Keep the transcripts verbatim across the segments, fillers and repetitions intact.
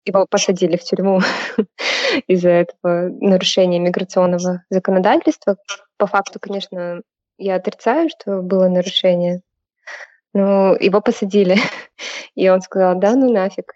его посадили в тюрьму из-за этого нарушения миграционного законодательства. По факту, конечно, я отрицаю, что было нарушение, но его посадили. И он сказал: "Да ну нафиг".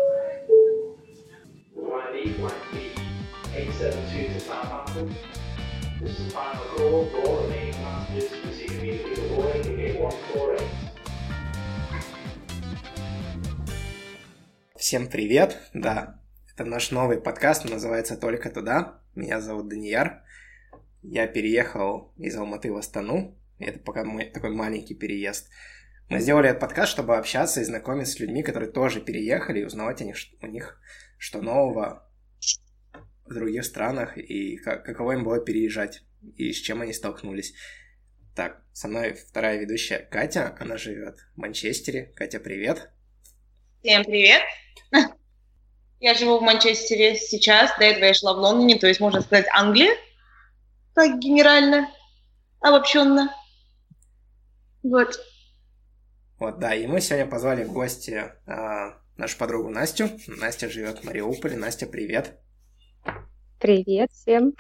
Всем привет! Да, это наш новый подкаст, он называется «Только туда». Меня зовут Данияр. Я переехал из Алматы в Астану. Это пока мой такой маленький переезд. Мы сделали этот подкаст, чтобы общаться и знакомиться с людьми, которые тоже переехали, и узнавать о них, у них, что нового в других странах, и как, каково им было переезжать, и с чем они столкнулись. Так, со мной вторая ведущая Катя, она живет в Манчестере. Катя, привет! Всем привет! Я живу в Манчестере сейчас, до этого я шла в Лондоне, то есть, можно сказать, Англия, так генерально, обобщенно. Вот. Вот, да, и мы сегодня позвали в гости а, нашу подругу Настю. Настя живет в Мариуполе. Настя, привет! Привет всем!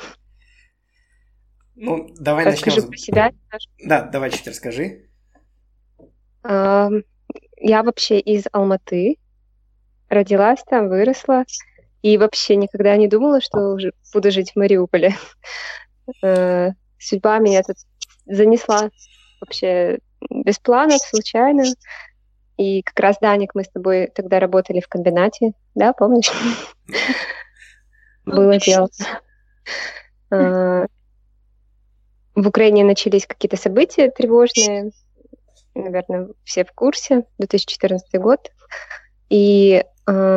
Ну, давай Расскажи начнем. про себя. Да, давай чуть расскажи. А, Я вообще из Алматы. Родилась там, выросла. И вообще никогда не думала, что уже буду жить в Мариуполе. Э, Судьба меня тут занесла вообще без планов, случайно. И как раз, Даник, мы с тобой тогда работали в комбинате. Да, помнишь? Было дело. Э, В Украине начались какие-то события тревожные. Наверное, все в курсе. две тысячи четырнадцатый год. И э,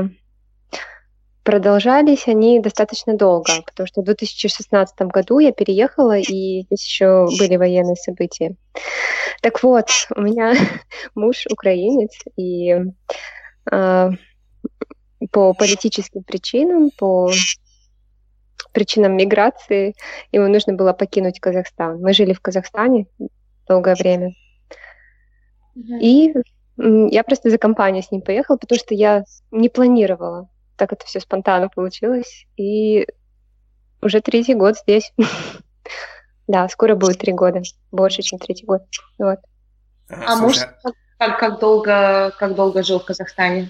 продолжались они достаточно долго, потому что в две тысячи шестнадцатом году я переехала, и здесь еще были военные события. Так вот, у меня муж украинец, и э, по политическим причинам, по причинам миграции ему нужно было покинуть Казахстан. Мы жили в Казахстане долгое время. Мгм. И м, я просто за компанию с ним поехала, потому что я не планировала. Так это все спонтанно получилось. И уже третий год здесь. Да, скоро будет три года. Больше, чем третий год. Вот. Ага, А муж слушай, как, как, долго, как долго жил в Казахстане?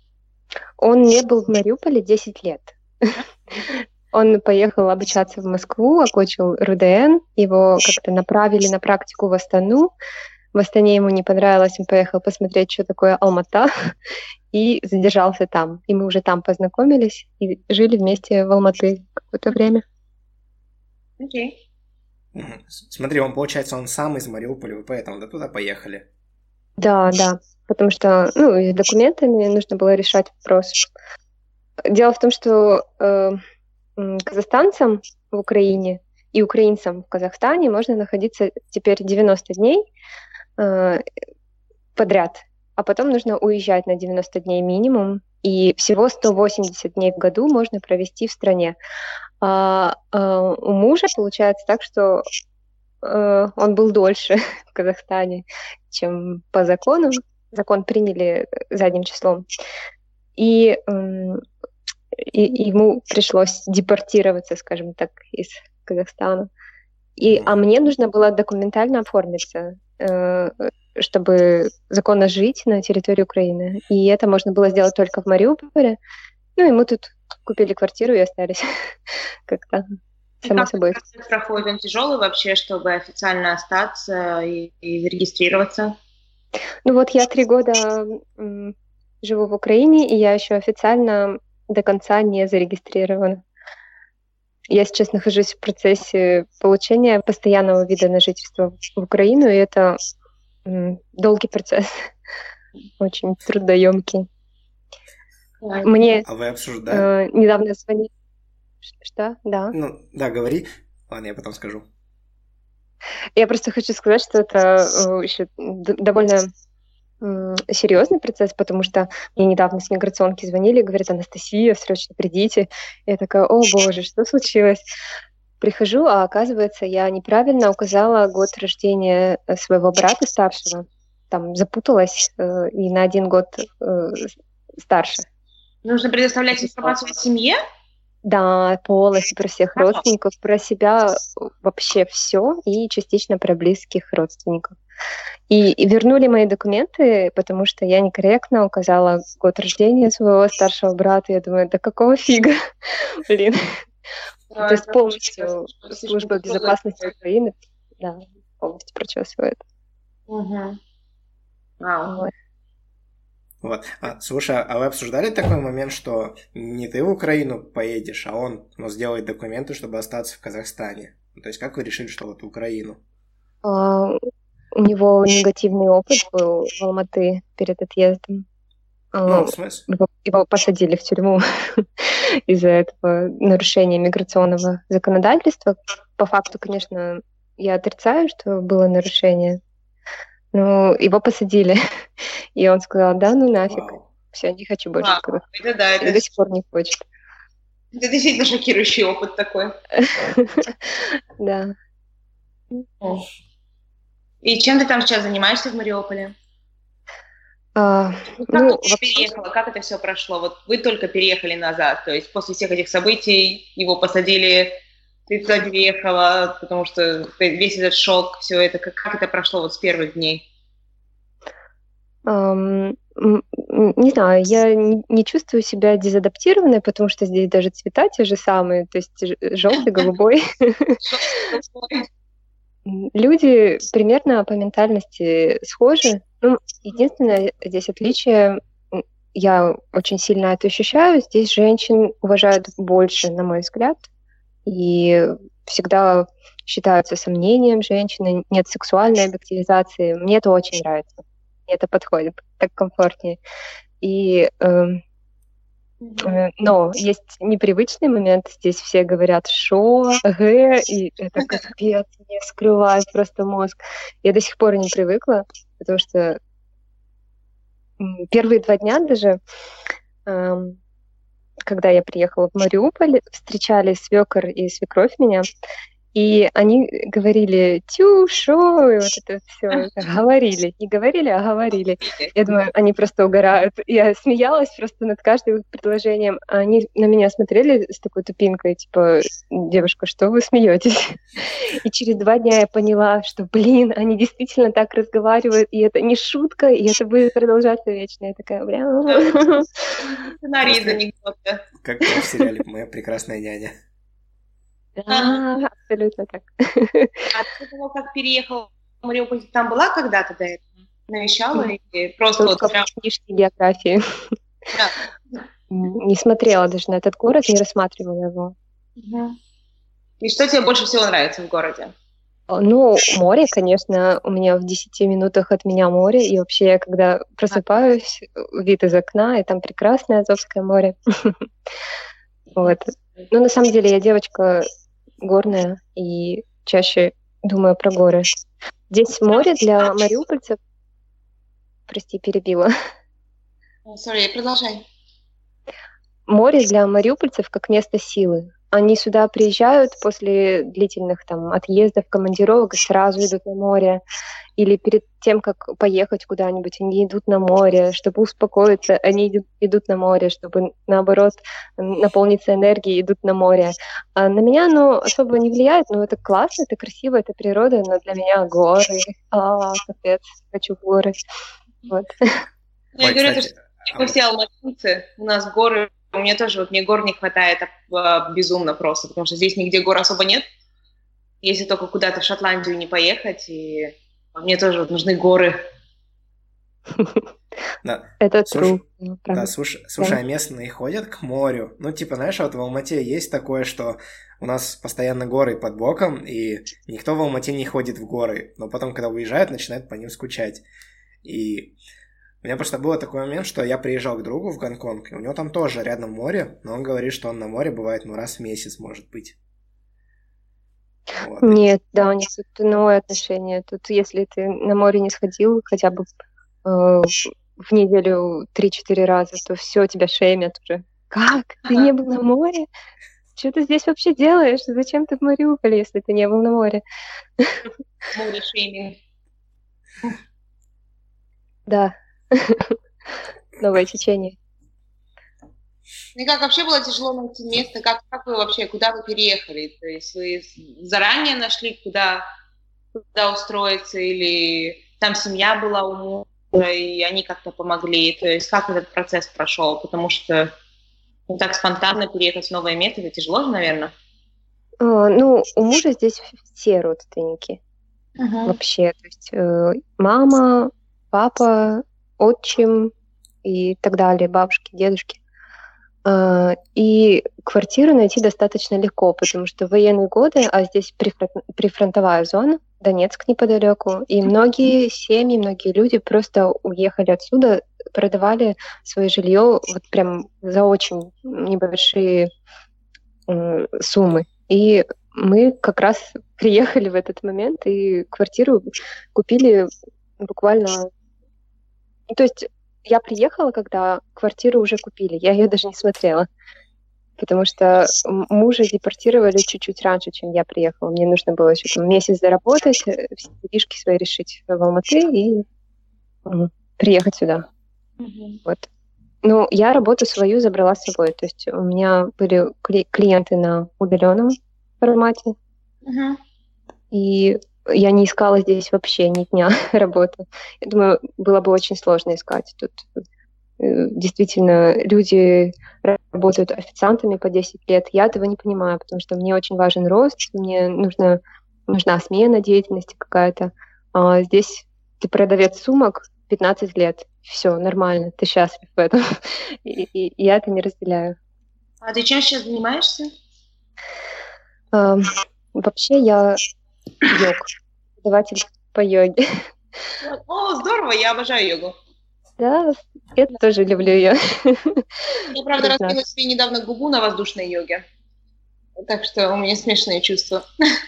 Он не был в Мариуполе десять лет. Он поехал обучаться в Москву, окончил РУДН. Его как-то направили на практику в Астану. В Астане ему не понравилось, он поехал посмотреть, что такое Алмата, и задержался там. И мы уже там познакомились и жили вместе в Алматы какое-то время. Окей. мгм. С- смотри, он, получается, он сам из Мариуполя, вы поэтому да, туда поехали. Да, да, потому что, ну, и с документами нужно было решать вопрос. Дело в том, что э, м, казахстанцам в Украине и украинцам в Казахстане можно находиться теперь девяносто дней э, подряд, а потом нужно уезжать на девяносто дней минимум, и всего сто восемьдесят дней в году можно провести в стране. А, а у мужа получается так, что э, он был дольше в Казахстане, чем по закону. Закон приняли задним числом. И, м, и ему пришлось депортироваться, скажем так, из Казахстана. И, а Мгм. мне нужно было документально оформиться, э, чтобы законно жить на территории Украины. И это можно было сделать только в Мариуполе. Ну и мы тут купили квартиру и остались как-то И само как собой. процесс проходит? Он тяжелый вообще, чтобы официально остаться и, и зарегистрироваться? Ну вот я три года м, живу в Украине, и я еще официально до конца не зарегистрирована. Я сейчас нахожусь в процессе получения постоянного вида на жительство в Украину, и это м, долгий процесс, очень трудоемкий. Да. Мне А вы обсуждали? э, недавно звонили. Ш- Что? Да. Ну, да, говори. Ладно, я потом скажу. Я просто хочу сказать, что это э, еще д- довольно м, серьезный процесс, потому что мне недавно с миграционки звонили, говорят: "Анастасия, срочно придите". Я такая: "О боже, что случилось?" Прихожу, а оказывается, я неправильно указала год рождения э, своего брата старшего. Там запуталась э, и на один год э, с- старше. Нужно предоставлять информацию о семье? Да, полностью про всех родственников, про себя вообще все и частично про близких родственников. И, и вернули мои документы, потому что я некорректно указала год рождения своего старшего брата. Я думаю, да какого фига? Блин. То есть полностью служба безопасности Украины, да, полностью прочесывает. Угу. Вау. Вот. А, слушай, а вы обсуждали такой момент, что не ты в Украину поедешь, а он ну, сделает документы, чтобы остаться в Казахстане? То есть как вы решили, что вот в Украину? А, у него негативный опыт был в Алматы перед отъездом. Ну, в смысле? Его, его посадили в тюрьму из-за этого нарушения миграционного законодательства. По факту, конечно, я отрицаю, что было нарушение. Ну, его посадили, и он сказал, да, ну нафиг, Вау. все, не хочу больше. Вау. Это да, это... И до сих пор не хочет. Это действительно шокирующий опыт такой. Да. И чем ты там сейчас занимаешься в Мариуполе? А, Как ну, ты переехала, как это все прошло? Вот вы только переехали назад, то есть после всех этих событий его посадили, ты туда переехала, потому что весь этот шок, все это, как, как это прошло вот с первых дней? Um, не знаю, я не, не чувствую себя дезадаптированной, потому что здесь даже цвета те же самые, то есть желтый, голубой. Люди примерно по ментальности схожи. Ну, единственное здесь отличие, я очень сильно это ощущаю, здесь женщин уважают больше, на мой взгляд, и всегда считаются сомнением женщины, нет сексуальной объективизации. Мне это очень нравится, мне это подходит, так комфортнее. И, э, э, но есть непривычный момент, здесь все говорят «шо», «г», и это капец, мне скрывает просто мозг. Я до сих пор не привыкла, потому что первые два дня даже, э, когда я приехала в Мариуполь, встречали свекор и свекровь меня, и они говорили «тю, шо», и вот это все говорили. Не говорили, а говорили. Я думаю, они просто угорают. Я смеялась просто над каждым предложением. А они на меня смотрели с такой тупинкой, типа «девушка, что вы смеетесь?» И через два дня я поняла, что, блин, они действительно так разговаривают, и это не шутка, и это будет продолжаться вечно. Я такая, бля... Сценарий из анекдота. Как в сериале «Моя прекрасная няня». Да, абсолютно так. А ты того, как переехала в Мариуполь, там была когда-то до этого? Навещала или просто Только вот прям... в книжке географии. Да. Не смотрела даже на этот город, не рассматривала его. Угу. И что тебе больше всего нравится в городе? Ну, море, конечно, у меня в десяти минутах от меня море, и вообще, я когда просыпаюсь, вид из окна, и там прекрасное Азовское море. Вот. Но на самом деле я девочка горная и чаще думаю про горы. Здесь море для мариупольцев... Прости, перебила. Sorry, продолжай. Море для мариупольцев как место силы. Они сюда приезжают после длительных там отъездов, командировок, и сразу идут на море. Или перед тем, как поехать куда-нибудь, они идут на море. Чтобы успокоиться, они идут, идут на море. Чтобы, наоборот, наполниться энергией, идут на море. А на меня оно особо не влияет, но это классно, это красиво, это природа, но для меня горы. А, капец, хочу в горы. Вот. Я Ой, говорю, кстати, что мы все алматинцы, у нас горы, у меня тоже, вот мне гор не хватает а, безумно просто, потому что здесь нигде гор особо нет, если только куда-то в Шотландию не поехать, и мне тоже вот нужны горы. Да. Это слушай, true. Да, слушай, слушай, а местные ходят к морю? Ну, типа, знаешь, вот в Алмате есть такое, что у нас постоянно горы под боком, и никто в Алмате не ходит в горы, но потом, когда уезжают, начинают по ним скучать. И у меня просто был такой момент, что я приезжал к другу в Гонконг, и у него там тоже рядом море, но он говорит, что он на море бывает, ну, раз в месяц, может быть. Вот. Нет, да, у них тут иное отношение. Тут, если ты на море не сходил хотя бы э, в неделю три-четыре раза, то все, тебя шеймят уже. Как? Ты не был на море? Что ты здесь вообще делаешь? Зачем ты в Мариуполе, если ты не был на море? Море шейминг. Да. Новое течение. Ну и как вообще было тяжело найти место? Как, как вы вообще, куда вы переехали? То есть вы заранее нашли, куда, куда устроиться, или там семья была у мужа, и они как-то помогли? То есть как этот процесс прошел? Потому что ну, так спонтанно переехать в новое место, это тяжело же, наверное? А, ну, у мужа здесь все родственники Uh-huh. вообще. То есть э, мама, папа, отчим и так далее, бабушки, дедушки. Uh, и квартиру найти достаточно легко, потому что в военные годы, а здесь прифронт- прифронтовая зона, Донецк неподалеку, и многие семьи, многие люди просто уехали отсюда, продавали свое жилье вот прям за очень небольшие э, суммы. И мы как раз приехали в этот момент и квартиру купили буквально... То есть я приехала, когда квартиру уже купили. Я ее даже не смотрела, потому что мужа депортировали чуть-чуть раньше, чем я приехала. Мне нужно было еще там месяц заработать, все делишки свои решить в Алматы и uh, приехать сюда. Uh-huh. Вот. Ну, я работу свою забрала с собой. То есть у меня были кли- клиенты на удаленном формате. Uh-huh. И я не искала здесь вообще ни дня работы. Я думаю, было бы очень сложно искать. Тут действительно люди работают официантами по десять лет. Я этого не понимаю, потому что мне очень важен рост, мне нужна, нужна смена деятельности какая-то. А здесь ты продавец сумок пятнадцать лет. Все, нормально, ты счастлив в этом. И, и, и я это не разделяю. А ты чем сейчас занимаешься? А, вообще я йог, преподаватель по йоге. О, здорово, я обожаю йогу. Да, я тоже люблю ее. Я, правда, разбила себе недавно губу на воздушной йоге. Так что у меня смешанные чувства.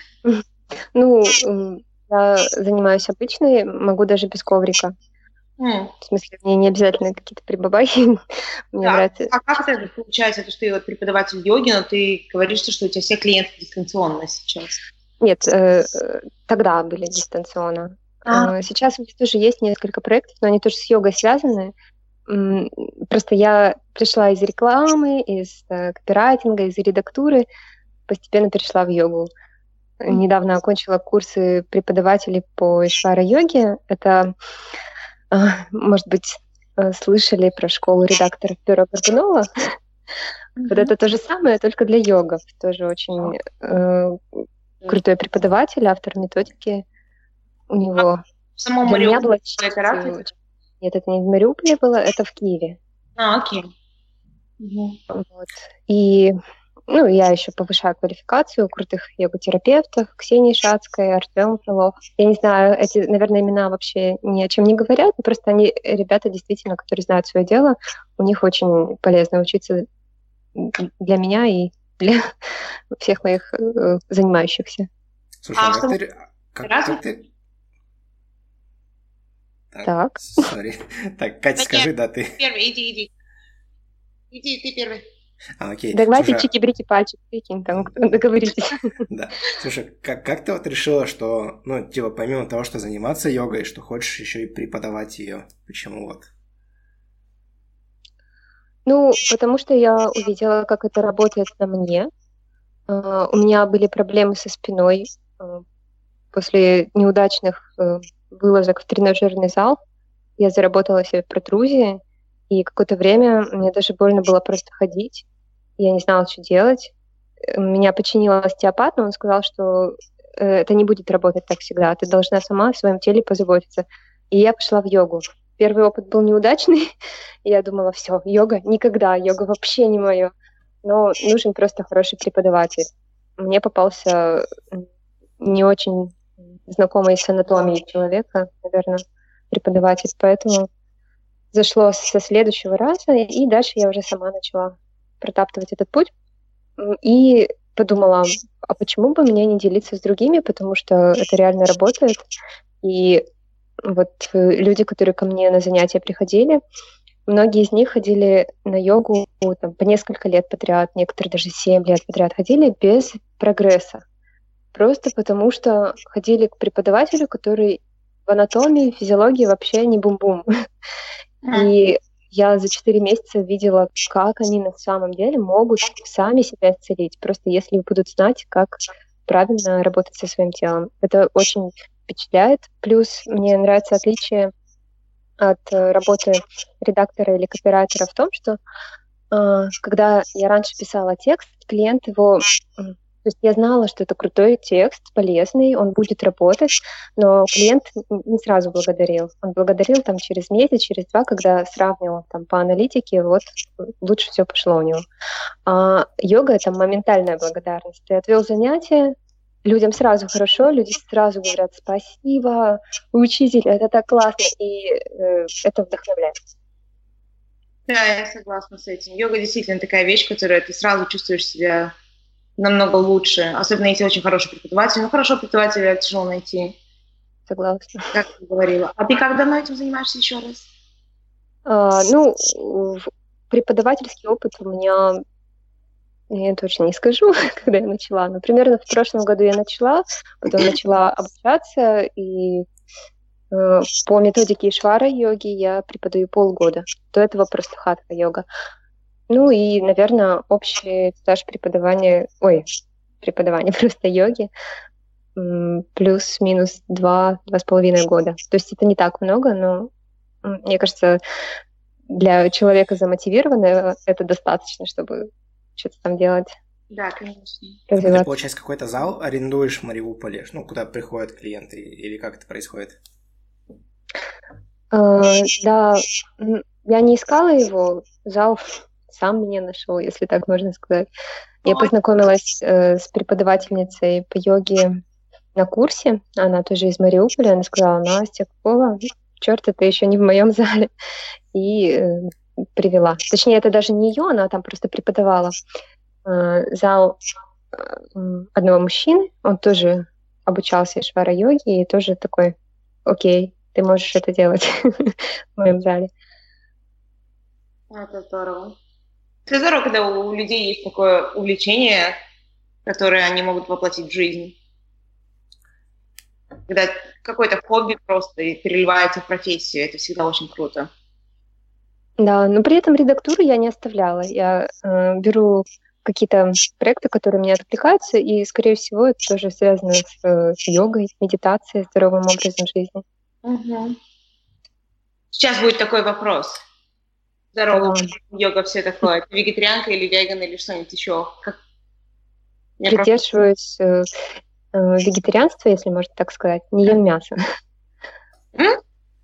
Ну, я занимаюсь обычной, могу даже без коврика. Mm. В смысле, мне не обязательно какие-то прибабахи. Мне да. нравится. А как это получается, что ты вот преподаватель йоги, но ты говоришь, что у тебя все клиенты дистанционно сейчас? Нет, э, тогда были дистанционно. А. Сейчас у меня тоже есть несколько проектов, но они тоже с йогой связаны. Просто я пришла из рекламы, из копирайтинга, из редактуры, постепенно перешла в йогу. Недавно окончила курсы преподавателей по ишвара-йоге. Это, может быть, слышали про школу редакторов Пёра Горбунова. Mm-hmm. Вот это то же самое, только для йогов. Тоже очень э, крутой преподаватель, автор методики. У него... В самом Мариуполе это развито? Нет, это не в Мариуполе было, это в Киеве. А, окей. Mm-hmm. Вот. И... Ну, я еще повышаю квалификацию у крутых йога-терапевтов, Ксении Шацкой, Артем Фролов. Я не знаю, эти, наверное, имена вообще ни о чем не говорят, но просто они ребята действительно, которые знают свое дело, у них очень полезно учиться для меня и для всех моих э, занимающихся. Слушай, а как ты... Как, как ты... Так. Так. Сори. Так, Катя, скажи, да, ты... Первый, иди, иди. Иди, ты первый. А, окей. Давайте Слушай, чики-брики пальчик, прикинь, там договоритесь. Да. Слушай, как, как ты вот решила, что, ну, типа, помимо того, что заниматься йогой, что хочешь еще и преподавать ее? Почему вот? Ну, потому что я увидела, как это работает на мне. Uh, у меня были проблемы со спиной uh, после неудачных uh, вылазок в тренажерный зал. Я заработала себе протрузии, и какое-то время мне даже больно было просто ходить. Я не знала, что делать. Меня починил остеопат, но он сказал, что э, это не будет работать так всегда. Ты должна сама о своем теле позаботиться. И я пошла в йогу. Первый опыт был неудачный. И я думала, все, йога никогда, йога вообще не мое. Но нужен просто хороший преподаватель. Мне попался не очень знакомый с анатомией человека, наверное, преподаватель. Поэтому зашло со следующего раза, и дальше я уже сама начала протаптывать этот путь. И подумала, а почему бы мне не делиться с другими, потому что это реально работает. И вот люди, которые ко мне на занятия приходили, многие из них ходили на йогу там, по несколько лет подряд, некоторые даже семь лет подряд ходили без прогресса. Просто потому что ходили к преподавателю, который в анатомии, физиологии вообще не бум-бум. И я за четыре месяца видела, как они на самом деле могут сами себя исцелить, просто если будут знать, как правильно работать со своим телом. Это очень впечатляет. Плюс мне нравится отличие от э, работы редактора или копирайтера в том, что э, когда я раньше писала текст, клиент его... м, То есть я знала, что это крутой текст, полезный, он будет работать, но клиент н- не сразу благодарил. Он благодарил там через месяц, через два, когда сравнивал там по аналитике, вот э, лучше все пошло у него. А йога — это моментальная благодарность. Ты отвел занятие, людям сразу хорошо, люди сразу говорят спасибо, учитель, это так классно, и э, это вдохновляет. Да, я согласна с этим. Йога действительно такая вещь, которая ты сразу чувствуешь себя намного лучше. Особенно если очень хороший преподаватель. Ну, хорошего преподавателя тяжело найти, Согласна. как ты говорила. А ты как давно этим занимаешься еще раз? А, ну, в- преподавательский опыт у меня, я точно не скажу, когда я начала, но примерно в прошлом году я начала, потом начала обучаться, и э, по методике Ишвара йоги я преподаю полгода. До этого просто хатха йога. Ну и, наверное, общий стаж преподавания, ой, преподавания просто йоги м, плюс-минус два, два с половиной года. То есть это не так много, но м, мне кажется, для человека замотивированного это достаточно, чтобы что-то там делать, Да, конечно. А ты, развиваться. получается, какой-то зал арендуешь в Мариуполе, ну, куда приходят клиенты, или как это происходит? А, да, м, я не искала его, зал сам меня нашел, если так можно сказать. Я Ой, познакомилась э, с преподавательницей по йоге на курсе, она тоже из Мариуполя, она сказала: Настя, какого черта ты еще не в моем зале? И э, привела. Точнее, это даже не ее, она там просто преподавала. Э, зал э, м, одного мужчины, он тоже обучался ишвара-йоге и тоже такой: окей, ты можешь это делать в моем зале. это здорово. Это здорово, когда у людей есть такое увлечение, которое они могут воплотить в жизнь. Когда какое-то хобби просто и переливается в профессию, это всегда очень круто. Да, но при этом редактуру я не оставляла. Я э, беру какие-то проекты, которые мне откликаются, и, скорее всего, это тоже связано с, э, с йогой, медитацией, здоровым образом жизни. Мгм. Сейчас будет такой вопрос. Здорово, А, йога, все такое. Ты вегетарианка или веган или что-нибудь еще? Как... Я просто... Придерживаюсь э, э, вегетарианства, если можно так сказать. Не ем мясо. М?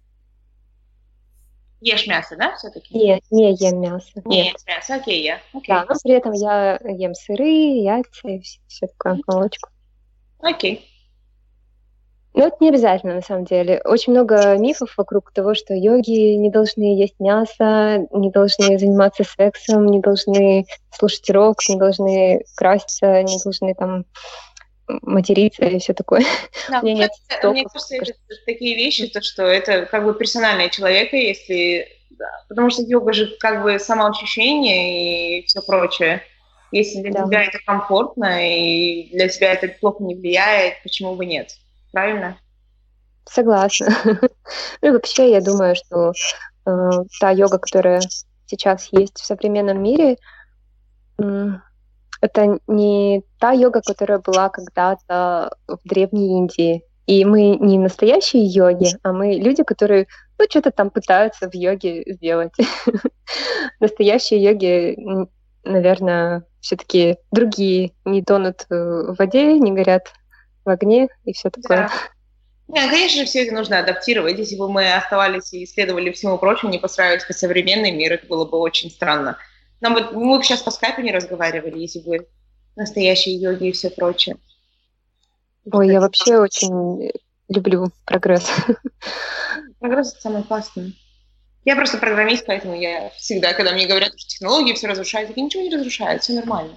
Ешь мясо, да, все-таки? Не, не ем мясо. Не Нет. ешь мясо, окей, я. Окей. Да, но при этом я ем сыры, яйца и все, все такое, молочку. Окей. Но это не обязательно, на самом деле. Очень много мифов вокруг того, что йоги не должны есть мясо, не должны заниматься сексом, не должны слушать рок, не должны краситься, не должны там материться и все такое. Да, У меня нет кажется, мне стопов. кажется, это такие вещи, то, что это как бы персональное человека, если... да, потому что йога же как бы самоощущение и все прочее. Если для Да. тебя это комфортно и для тебя это плохо не влияет, почему бы нет? Правильно? Согласна. Ну и вообще, я думаю, что э, та йога, которая сейчас есть в современном мире, м, это не та йога, которая была когда-то в Древней Индии. И мы не настоящие йоги, а мы люди, которые, ну, что-то там пытаются в йоге сделать. Настоящие йоги, м, наверное, все-таки другие, не тонут э, в воде, не горят в огне и все такое. Да. Не, конечно же, все это нужно адаптировать. Если бы мы оставались и исследовали всему прочему, не постраивались под современный мир, это было бы очень странно. Нам бы, мы бы сейчас по скайпу не разговаривали, если бы настоящие йоги и все прочее. Ой, я вообще очень люблю прогресс. Прогресс — это самое классное. Я просто программист, поэтому я всегда, когда мне говорят, что технологии все разрушают, я ничего не разрушает, все нормально.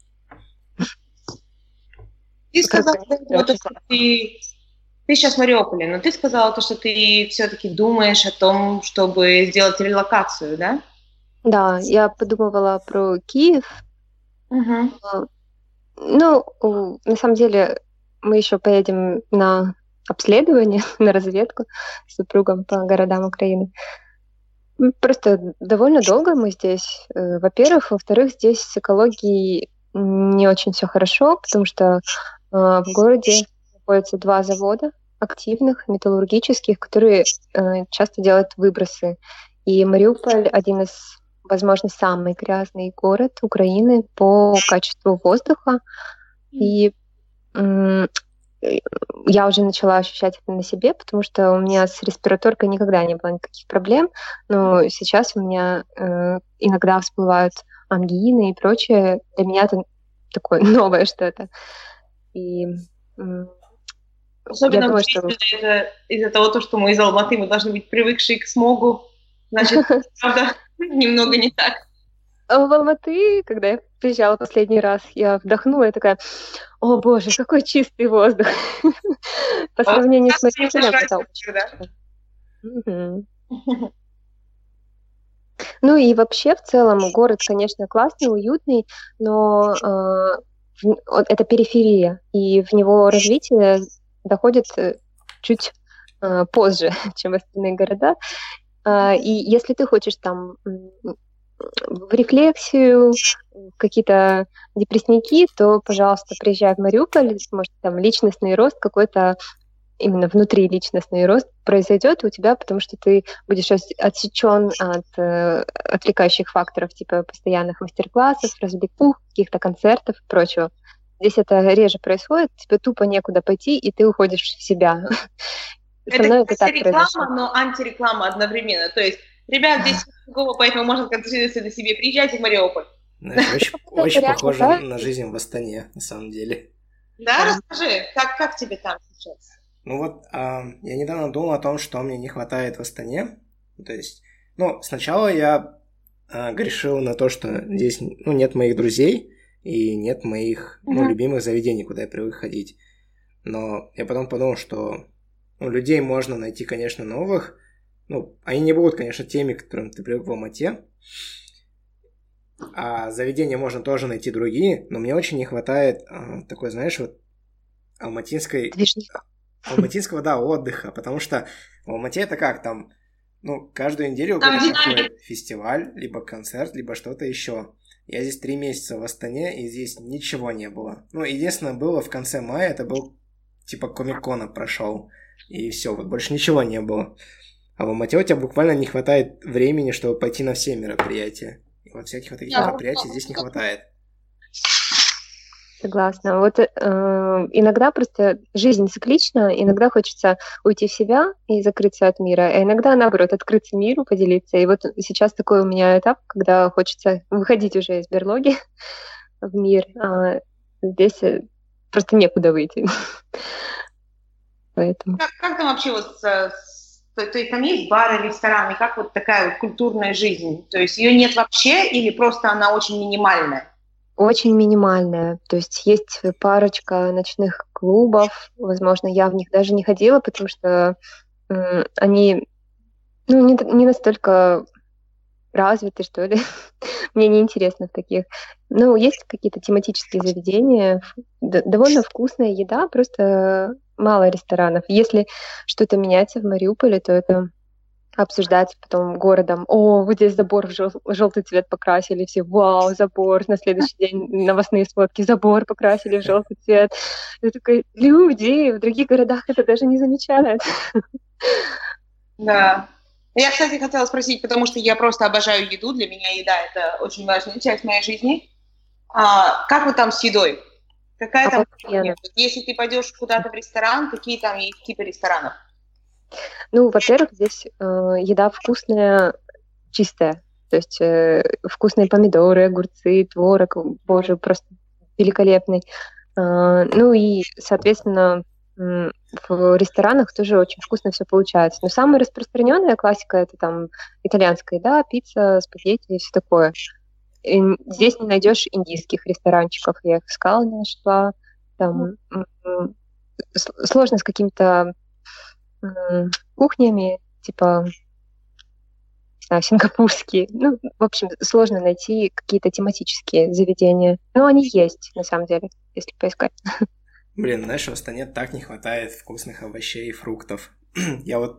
Ты сказала, Программист что очень ты, ты сейчас в Мариуполе, но ты сказала, то, что ты все-таки думаешь о том, чтобы сделать релокацию, да? Да, я подумывала про Киев. Угу. А, Ну, у- на самом деле, мы еще поедем на обследование, на разведку с супругом по городам Украины. Просто довольно долго мы здесь, э, во-первых. Во-вторых, здесь с экологией не очень все хорошо, потому что э, в городе находятся два завода активных, металлургических, которые э, часто делают выбросы. И Мариуполь один из, возможно, самый грязный город Украины по качеству воздуха. И м, я уже начала ощущать это на себе, потому что у меня с респираторкой никогда не было никаких проблем, но сейчас у меня э, иногда всплывают ангины и прочее. Для меня это такое новое что-то. И м, Особенно я думаю, что... что... это из-за того, что мы из Алматы, мы должны быть привыкшие к смогу. Значит, правда, немного не так. А в Алматы, когда я приезжала последний раз, я вдохнула и такая: о боже, какой чистый воздух. По А вот сравнению с сейчас не Мариуполем, слышно это разницы, да? очень. Мгм. Ну и вообще, в целом, город, конечно, классный, уютный, но э, в- вот это периферия, и в него развитие доходит э, чуть э, позже, чем остальные города. А, И если ты хочешь там м, в рефлексию, в какие-то депрессники, то, пожалуйста, приезжай в Мариуполь, может, там личностный рост какой-то, именно внутри личностный рост произойдет у тебя, потому что ты будешь ос- отсечен от э, отвлекающих факторов, типа постоянных мастер-классов, развлекух, каких-то концертов и прочего. Здесь это реже происходит, тебе тупо некуда пойти, и ты уходишь в себя. Со Это, мной это кстати, так произошло. реклама, но антиреклама одновременно. То есть, ребят, здесь другого, поэтому можно концентрироваться на себе. Приезжайте в Мариуполь. Знаешь, очень, Это очень реально похоже так. на жизнь в Астане, на самом деле. Да, Да. расскажи, как, как тебе там сейчас? Ну вот, а, я недавно думал о том, что мне не хватает в Астане. То есть, ну, сначала я а, грешил на то, что здесь, ну, нет моих друзей и нет моих, ну, Мгм. любимых заведений, куда я привык ходить. Но я потом подумал, что, ну, людей можно найти, конечно, новых. Ну, они не будут, конечно, теми, к которым ты привык в Алмате. А заведения можно тоже найти другие, но мне очень не хватает а, такой, знаешь, вот алматинской, Движник. алматинского, да, отдыха, потому что в Алмате это как там, ну, каждую неделю Там где-то динамика. проходит фестиваль, либо концерт, либо что-то еще. Я здесь три месяца в Астане, и здесь ничего не было. Ну, единственное было в конце мая, это был типа Комик-кона прошел, и все, вот больше ничего не было. А в Алмате у тебя буквально не хватает времени, чтобы пойти на все мероприятия. И вот всяких вот таких Да. мероприятий здесь не хватает. Согласна. Вот э, иногда просто жизнь циклична, иногда хочется уйти в себя и закрыться от мира, а иногда, наоборот, открыться миру, поделиться. И вот сейчас такой у меня этап, когда хочется выходить уже из берлоги в мир, а здесь э, просто некуда выйти. Поэтому. Как, как там вообще вот, с- с- то, то есть там есть бары, рестораны, как вот такая вот культурная жизнь? То есть ее нет вообще или просто она очень минимальная? Очень минимальная. То есть есть парочка ночных клубов. Возможно, я в них даже не ходила, потому что м, они ну, не, не настолько развиты, что ли. Мне неинтересно в таких. Ну, есть какие-то тематические заведения, ф- д- довольно вкусная еда, просто мало ресторанов. Если что-то меняется в Мариуполе, то это обсуждать потом городом. О, вот здесь забор в жел- желтый цвет покрасили, все, вау, забор. На следующий день новостные сводки, забор покрасили в желтый цвет. Я такой, люди в других городах это даже не замечают. Да. Я, кстати, хотела спросить, потому что я просто обожаю еду, для меня еда – это очень важная часть моей жизни. А, как вы там с едой? Какая там Обалденно. кухня? Если ты пойдешь куда-то в ресторан, какие там есть типы ресторанов? Ну, во-первых, здесь э, еда вкусная, чистая. То есть э, вкусные помидоры, огурцы, творог, боже, просто великолепный. А, ну и, соответственно, м, в ресторанах тоже очень вкусно все получается. Но самая распространенная классика это там итальянская еда, пицца, спагетти и все такое. И здесь не найдешь индийских ресторанчиков. Я их искала, не нашла. Там м, м, с- сложно с какими-то м, кухнями, типа, не знаю, сингапурские. Ну, в общем, сложно найти какие-то тематические заведения. Но они есть, на самом деле, если поискать. Блин, знаешь, в Астане так не хватает вкусных овощей и фруктов. Я вот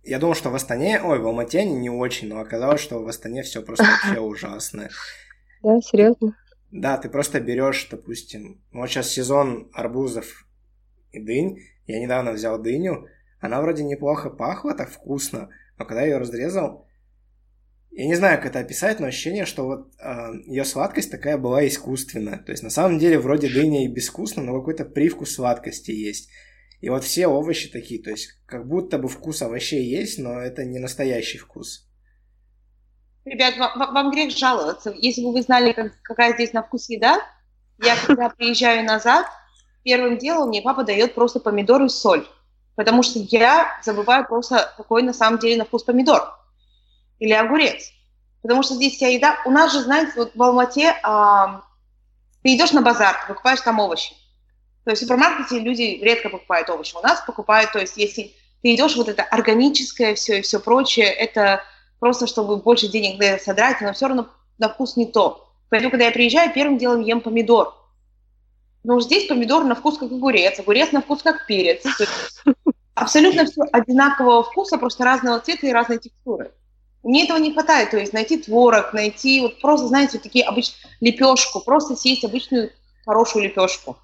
я думал, что в Астане, ой, в Алмате они не очень, но оказалось, что в Астане все просто вообще ужасно. Да, серьезно? Да, ты просто берешь, допустим, вот сейчас сезон арбузов и дынь. Я недавно взял дыню, она вроде неплохо пахла, так вкусно, но когда я ее разрезал, я не знаю, как это описать, но ощущение, что вот э, ее сладкость такая была искусственная. То есть на самом деле вроде дыня и безвкусно, но какой-то привкус сладкости есть. И вот все овощи такие, то есть как будто бы вкус овощей есть, но это не настоящий вкус. Ребят, вам, вам грех жаловаться. Если бы вы знали, как, какая здесь на вкус еда, я когда приезжаю назад, первым делом мне папа дает просто помидор и соль. Потому что я забываю просто, какой на самом деле на вкус помидор. Или огурец. Потому что здесь вся еда... У нас же, знаете, вот в Алмате а, ты идешь на базар, ты покупаешь там овощи. То есть в супермаркете люди редко покупают овощи. У нас покупают, то есть если ты идешь, вот это органическое все и все прочее, это просто, чтобы больше денег для содрать, но все равно на вкус не то. Поэтому, когда я приезжаю, первым делом ем помидор. Но здесь помидор на вкус как огурец, огурец на вкус как перец. Абсолютно все одинакового вкуса, просто разного цвета и разной текстуры. Мне этого не хватает, то есть найти творог, найти вот просто, знаете, вот такие обычные лепешку, просто съесть обычную хорошую лепешку.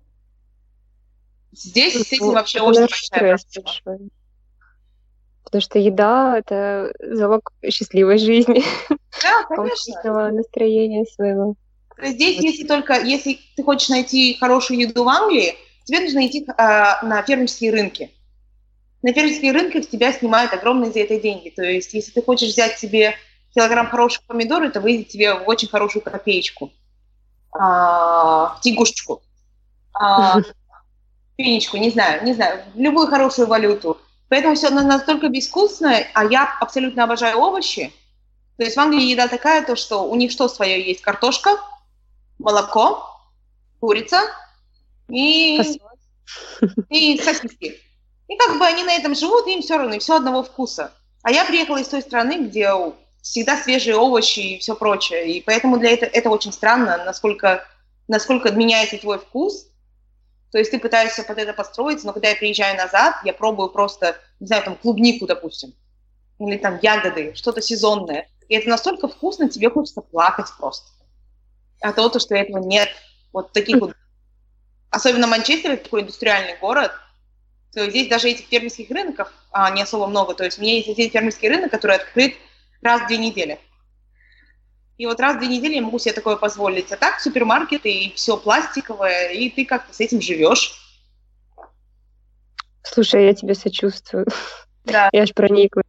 Здесь с этим вообще очень большая проблема. Потому что еда – это залог счастливой жизни. Да, конечно. Настроения своего. Здесь, если только, если ты хочешь найти хорошую еду в Англии, тебе нужно идти а, на фермерские рынки. На фермерские рынки с тебя снимают огромные за это деньги. То есть, если ты хочешь взять себе килограмм хороших помидор, это выйдет тебе в очень хорошую копеечку. А, тягушечку. А, финичку, не знаю, не знаю, любую хорошую валюту. Поэтому все настолько безвкусное, а я абсолютно обожаю овощи. То есть в Англии еда такая, то, что у них что свое есть? Картошка, молоко, курица и, и сосиски. И как бы они на этом живут, и им все равно, и все одного вкуса. А я приехала из той страны, где всегда свежие овощи и все прочее. И поэтому для этого это очень странно, насколько, насколько меняется твой вкус. То есть ты пытаешься под это подстроиться, но когда я приезжаю назад, я пробую просто, не знаю, там клубнику, допустим, или там ягоды, что-то сезонное. И это настолько вкусно, тебе хочется плакать просто. А то, то, что этого нет. Вот таких вот. Особенно Манчестер, это такой индустриальный город. То есть здесь даже этих фермерских рынков а, не особо много. То есть у меня есть один фермерский рынок, который открыт раз в две недели. И вот раз в две недели я могу себе такое позволить. А так супермаркеты и все пластиковое, и ты как-то с этим живешь. Слушай, я тебе сочувствую. Да. Я аж прониклась.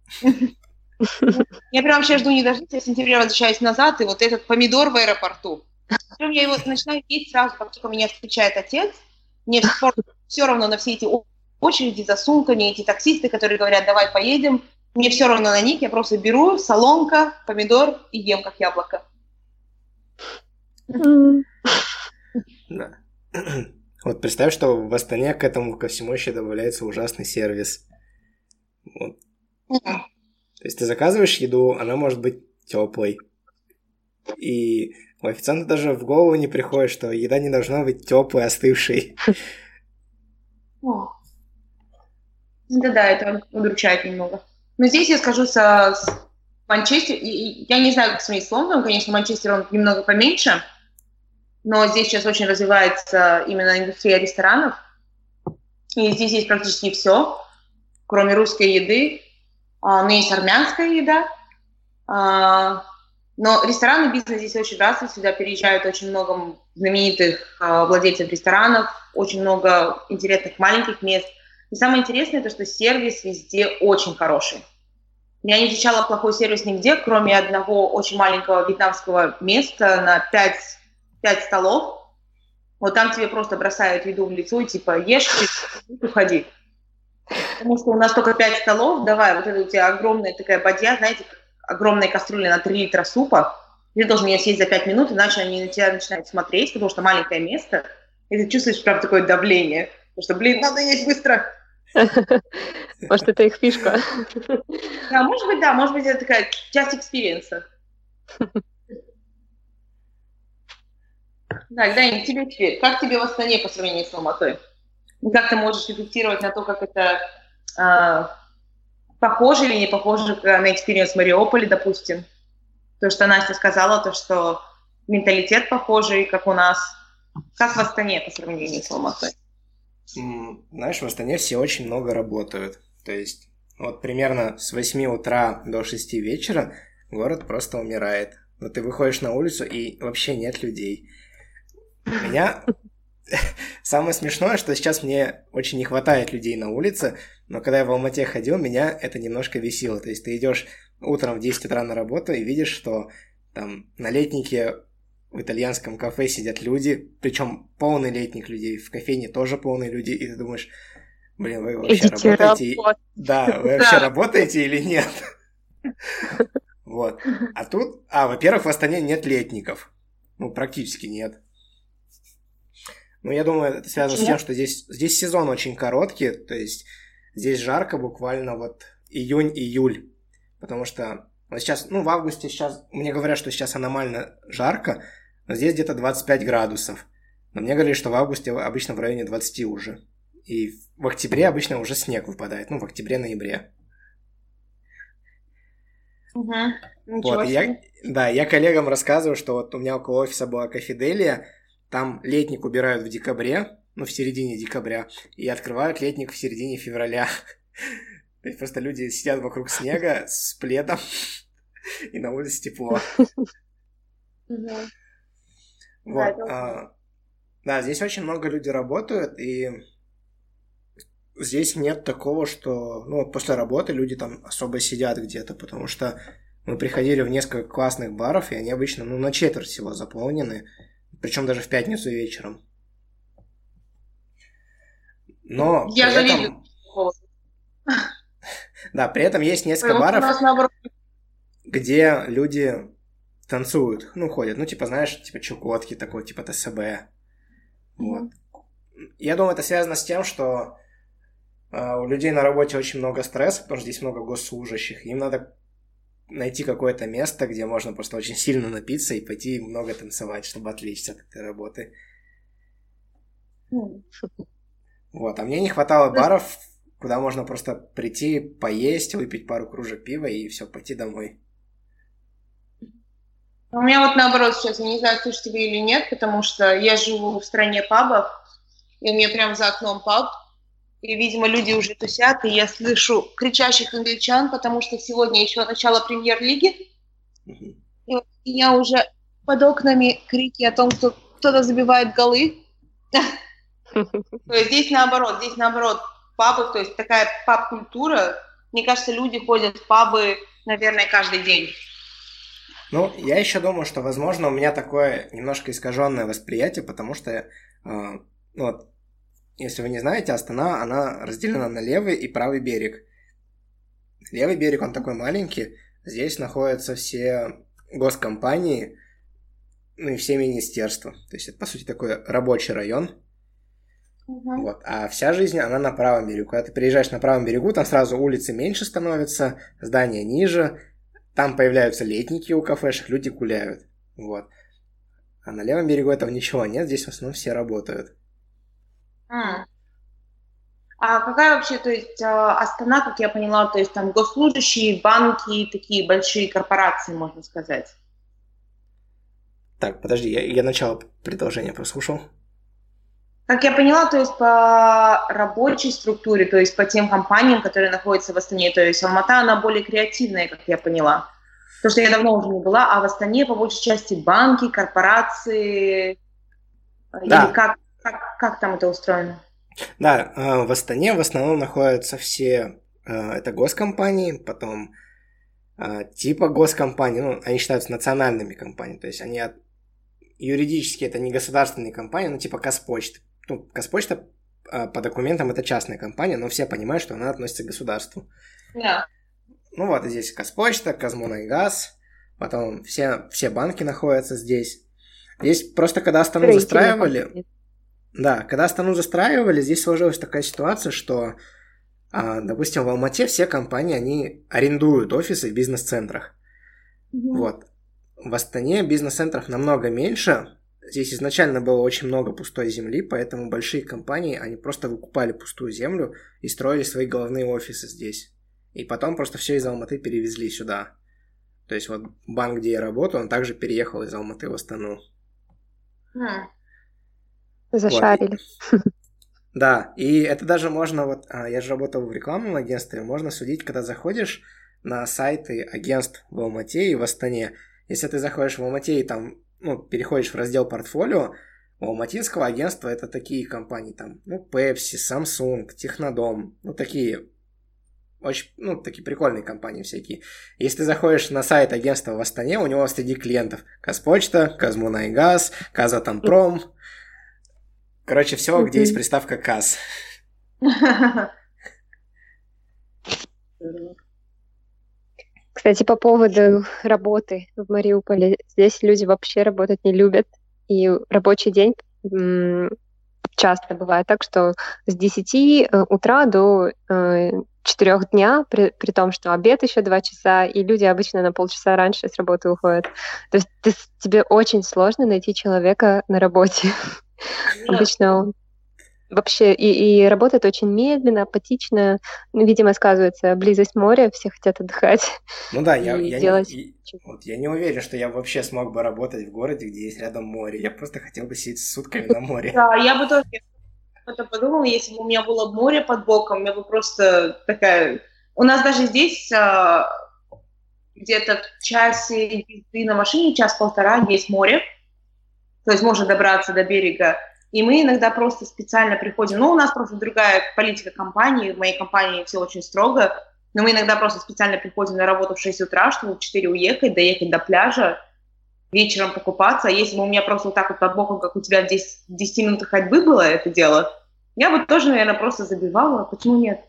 Я прям вообще жду не дождусь, я в сентябре возвращаюсь назад, и вот этот помидор в аэропорту. Причем я его начинаю есть сразу, как только меня встречает отец. Мне все равно на все эти очереди за сумками, эти таксисты, которые говорят, давай поедем. Мне все равно на них, я просто беру солонка, помидор и ем как яблоко. Да. Вот представь, что в Астане к этому ко всему еще добавляется ужасный сервис. Вот. То есть ты заказываешь еду, она может быть теплой. И у официанта даже в голову не приходит, что еда не должна быть теплой, остывшей. Да-да, это удручает немного. Но здесь я скажу с, с Манчестер, я не знаю, как сравнить с Лондоном, конечно, Манчестер он немного поменьше, но здесь сейчас очень развивается именно индустрия ресторанов, и здесь есть практически все, кроме русской еды, но есть армянская еда, но ресторанный бизнес здесь очень развит, сюда переезжают очень много знаменитых владельцев ресторанов, очень много интересных маленьких мест. И самое интересное, то, что сервис везде очень хороший. Я не встречала плохой сервис нигде, кроме одного очень маленького вьетнамского места на пять, пять столов. Вот там тебе просто бросают еду в лицо и типа ешь и уходи. Потому что у нас только пять столов, давай, вот это у тебя огромная такая бадья, знаете, огромная кастрюля на три литра супа. Ты должен ее съесть за пять минут, иначе они на тебя начинают смотреть, потому что маленькое место. И ты чувствуешь прям такое давление. Потому что, блин, надо есть быстро. Может, это их фишка. Да, может быть, да, может быть, это такая часть экспириенса. Так, Дань, тебе теперь. Как тебе в Астане по сравнению с Алматой? Как ты можешь рефлектировать на то, как это, а, похоже или не похоже на экспириенс в Мариуполе, допустим. То, что Настя сказала, то, что менталитет похожий, как у нас. Как в Астане по сравнению с Алматой? Знаешь, в Астане все очень много работают. То есть вот примерно с восьми утра до шести вечера город просто умирает. Но ты выходишь на улицу, и вообще нет людей. Меня... Самое смешное, что сейчас мне очень не хватает людей на улице, но когда я в Алмате ходил, меня это немножко бесило. То есть ты идешь утром в десять утра на работу и видишь, что там на летнике в итальянском кафе сидят люди, причем полный летник людей, в кофейне тоже полные люди, и ты думаешь, блин, вы вообще Идите работаете? работать. Да, вы вообще работаете или нет? Вот. А тут, а, во-первых, в Астане нет летников. Ну, практически нет. Ну, я думаю, это связано с тем, что здесь, здесь сезон очень короткий, то есть здесь жарко буквально вот июнь-июль, потому что вот сейчас, ну, в августе сейчас, мне говорят, что сейчас аномально жарко, но здесь где-то двадцать пять градусов, но мне говорили, что в августе обычно в районе двадцать уже, и в октябре обычно уже снег выпадает, ну, в октябре-ноябре. Угу. Вот, я, да, я коллегам рассказываю, что вот у меня около офиса была кафеделия, там летник убирают в декабре, ну, в середине декабря, и открывают летник в середине февраля. То есть просто люди сидят вокруг снега с пледом, и на улице тепло. Вот. Да, здесь очень много людей работают, и здесь нет такого, что, ну, после работы люди там особо сидят где-то, потому что мы приходили в несколько классных баров, и они обычно, ну, на четверть всего заполнены, причем даже в пятницу вечером. Но Я при завидую. этом... Да, при этом есть несколько баров, где люди танцуют, ну, ходят, ну, типа, знаешь, типа Чукотки, такой, типа ТСБ. Вот. Я думаю, это связано с тем, что э, у людей на работе очень много стресса, потому что здесь много госслужащих, им надо найти какое-то место, где можно просто очень сильно напиться и пойти много танцевать, чтобы отвлечься от этой работы. Вот, а мне не хватало баров, куда можно просто прийти, поесть, выпить пару кружек пива и все, пойти домой. У меня вот наоборот сейчас, я не знаю, слышите вы или нет, потому что я живу в стране пабов, и у меня прям за окном паб, и, видимо, люди уже тусят, и я слышу кричащих англичан, потому что сегодня еще начало премьер-лиги, mm-hmm. и вот у меня уже под окнами крики о том, что кто-то забивает голы. То есть здесь наоборот, здесь наоборот пабы, то есть такая паб-культура. Мне кажется, люди ходят в пабы, наверное, каждый день. Ну, я еще думаю, что, возможно, у меня такое немножко искаженное восприятие, потому что, э, ну, вот, если вы не знаете, Астана, она разделена на левый и правый берег. Левый берег, он такой маленький, здесь находятся все госкомпании, ну и все министерства. То есть это, по сути, такой рабочий район. Uh-huh. Вот. А вся жизнь, она на правом берегу. Когда ты приезжаешь на правом берегу, там сразу улицы меньше становятся, здания ниже, там появляются летники у кафешек, люди гуляют. Вот. А на левом берегу этого ничего нет, здесь в основном все работают. А, а какая вообще, то есть Астана, как я поняла, то есть там госслужащие, банки, такие большие корпорации, можно сказать? Так, подожди, я, я начало предложения прослушал. Как я поняла, то есть по рабочей структуре, то есть по тем компаниям, которые находятся в Астане, то есть Алмата, она более креативная, как я поняла. Потому что я давно уже не была, а в Астане по большей части банки, корпорации, да. Или как, как, как там это устроено? Да, в Астане в основном находятся все, это госкомпании, потом типа госкомпании, ну, они считаются национальными компаниями, то есть они от, юридически это не государственные компании, ну, типа Казпочта. Ну, Казпочта по документам это частная компания, но все понимают, что она относится к государству. Да. Ну вот, здесь Казпочта, Казмунайгаз, потом все, все банки находятся здесь. Здесь просто когда Астану застраивали... Да, когда Астану застраивали, здесь сложилась такая ситуация, что, а, допустим, в Алмате все компании, они арендуют офисы в бизнес-центрах. Mm-hmm. Вот. В Астане бизнес-центров намного меньше. Здесь изначально было очень много пустой земли, поэтому большие компании, они просто выкупали пустую землю и строили свои головные офисы здесь. И потом просто все из Алматы перевезли сюда. То есть вот банк, где я работаю, он также переехал из Алматы в Астану. М. Зашарили. Вот. Да, и это даже можно, вот я же работал в рекламном агентстве, можно судить, когда заходишь на сайты агентств в Алмате и в Астане. Если ты заходишь в Алмате и там, ну, переходишь в раздел портфолио, у алматинского агентства это такие компании, там, ну, Pepsi, Samsung, Технодом, ну, такие, очень, ну, такие прикольные компании всякие. Если ты заходишь на сайт агентства в Астане, у него среди клиентов Казпочта, Казмунайгаз, Казатомпром, короче, все, где есть приставка Каз. Кстати, по поводу работы в Мариуполе. Здесь люди вообще работать не любят. И рабочий день м, часто бывает так, что с десяти утра до э, четырёх дня, при, при том, что обед еще два часа, и люди обычно на полчаса раньше с работы уходят. То есть ты, тебе очень сложно найти человека на работе. Обычно он вообще и, и работает очень медленно, апатично. Ну, видимо, сказывается близость моря, все хотят отдыхать. Ну да, я, и я, делать... не, и, вот, я не уверен, что я вообще смог бы работать в городе, где есть рядом море. Я просто хотел бы сидеть сутками на море. Да, я бы тоже это подумала, если бы у меня было море под боком, я бы просто такая... У нас даже здесь а, где-то в часе езды на машине, час-полтора, есть море. То есть можно добраться до берега. И мы иногда просто специально приходим, ну, у нас просто другая политика компании, в моей компании все очень строго, но мы иногда просто специально приходим на работу в шесть утра, чтобы в четыре уехать, доехать до пляжа, вечером покупаться. А если бы у меня просто вот так вот под боком, как у тебя в десяти минутах ходьбы было это дело, я бы тоже, наверное, просто забивала. Почему нет?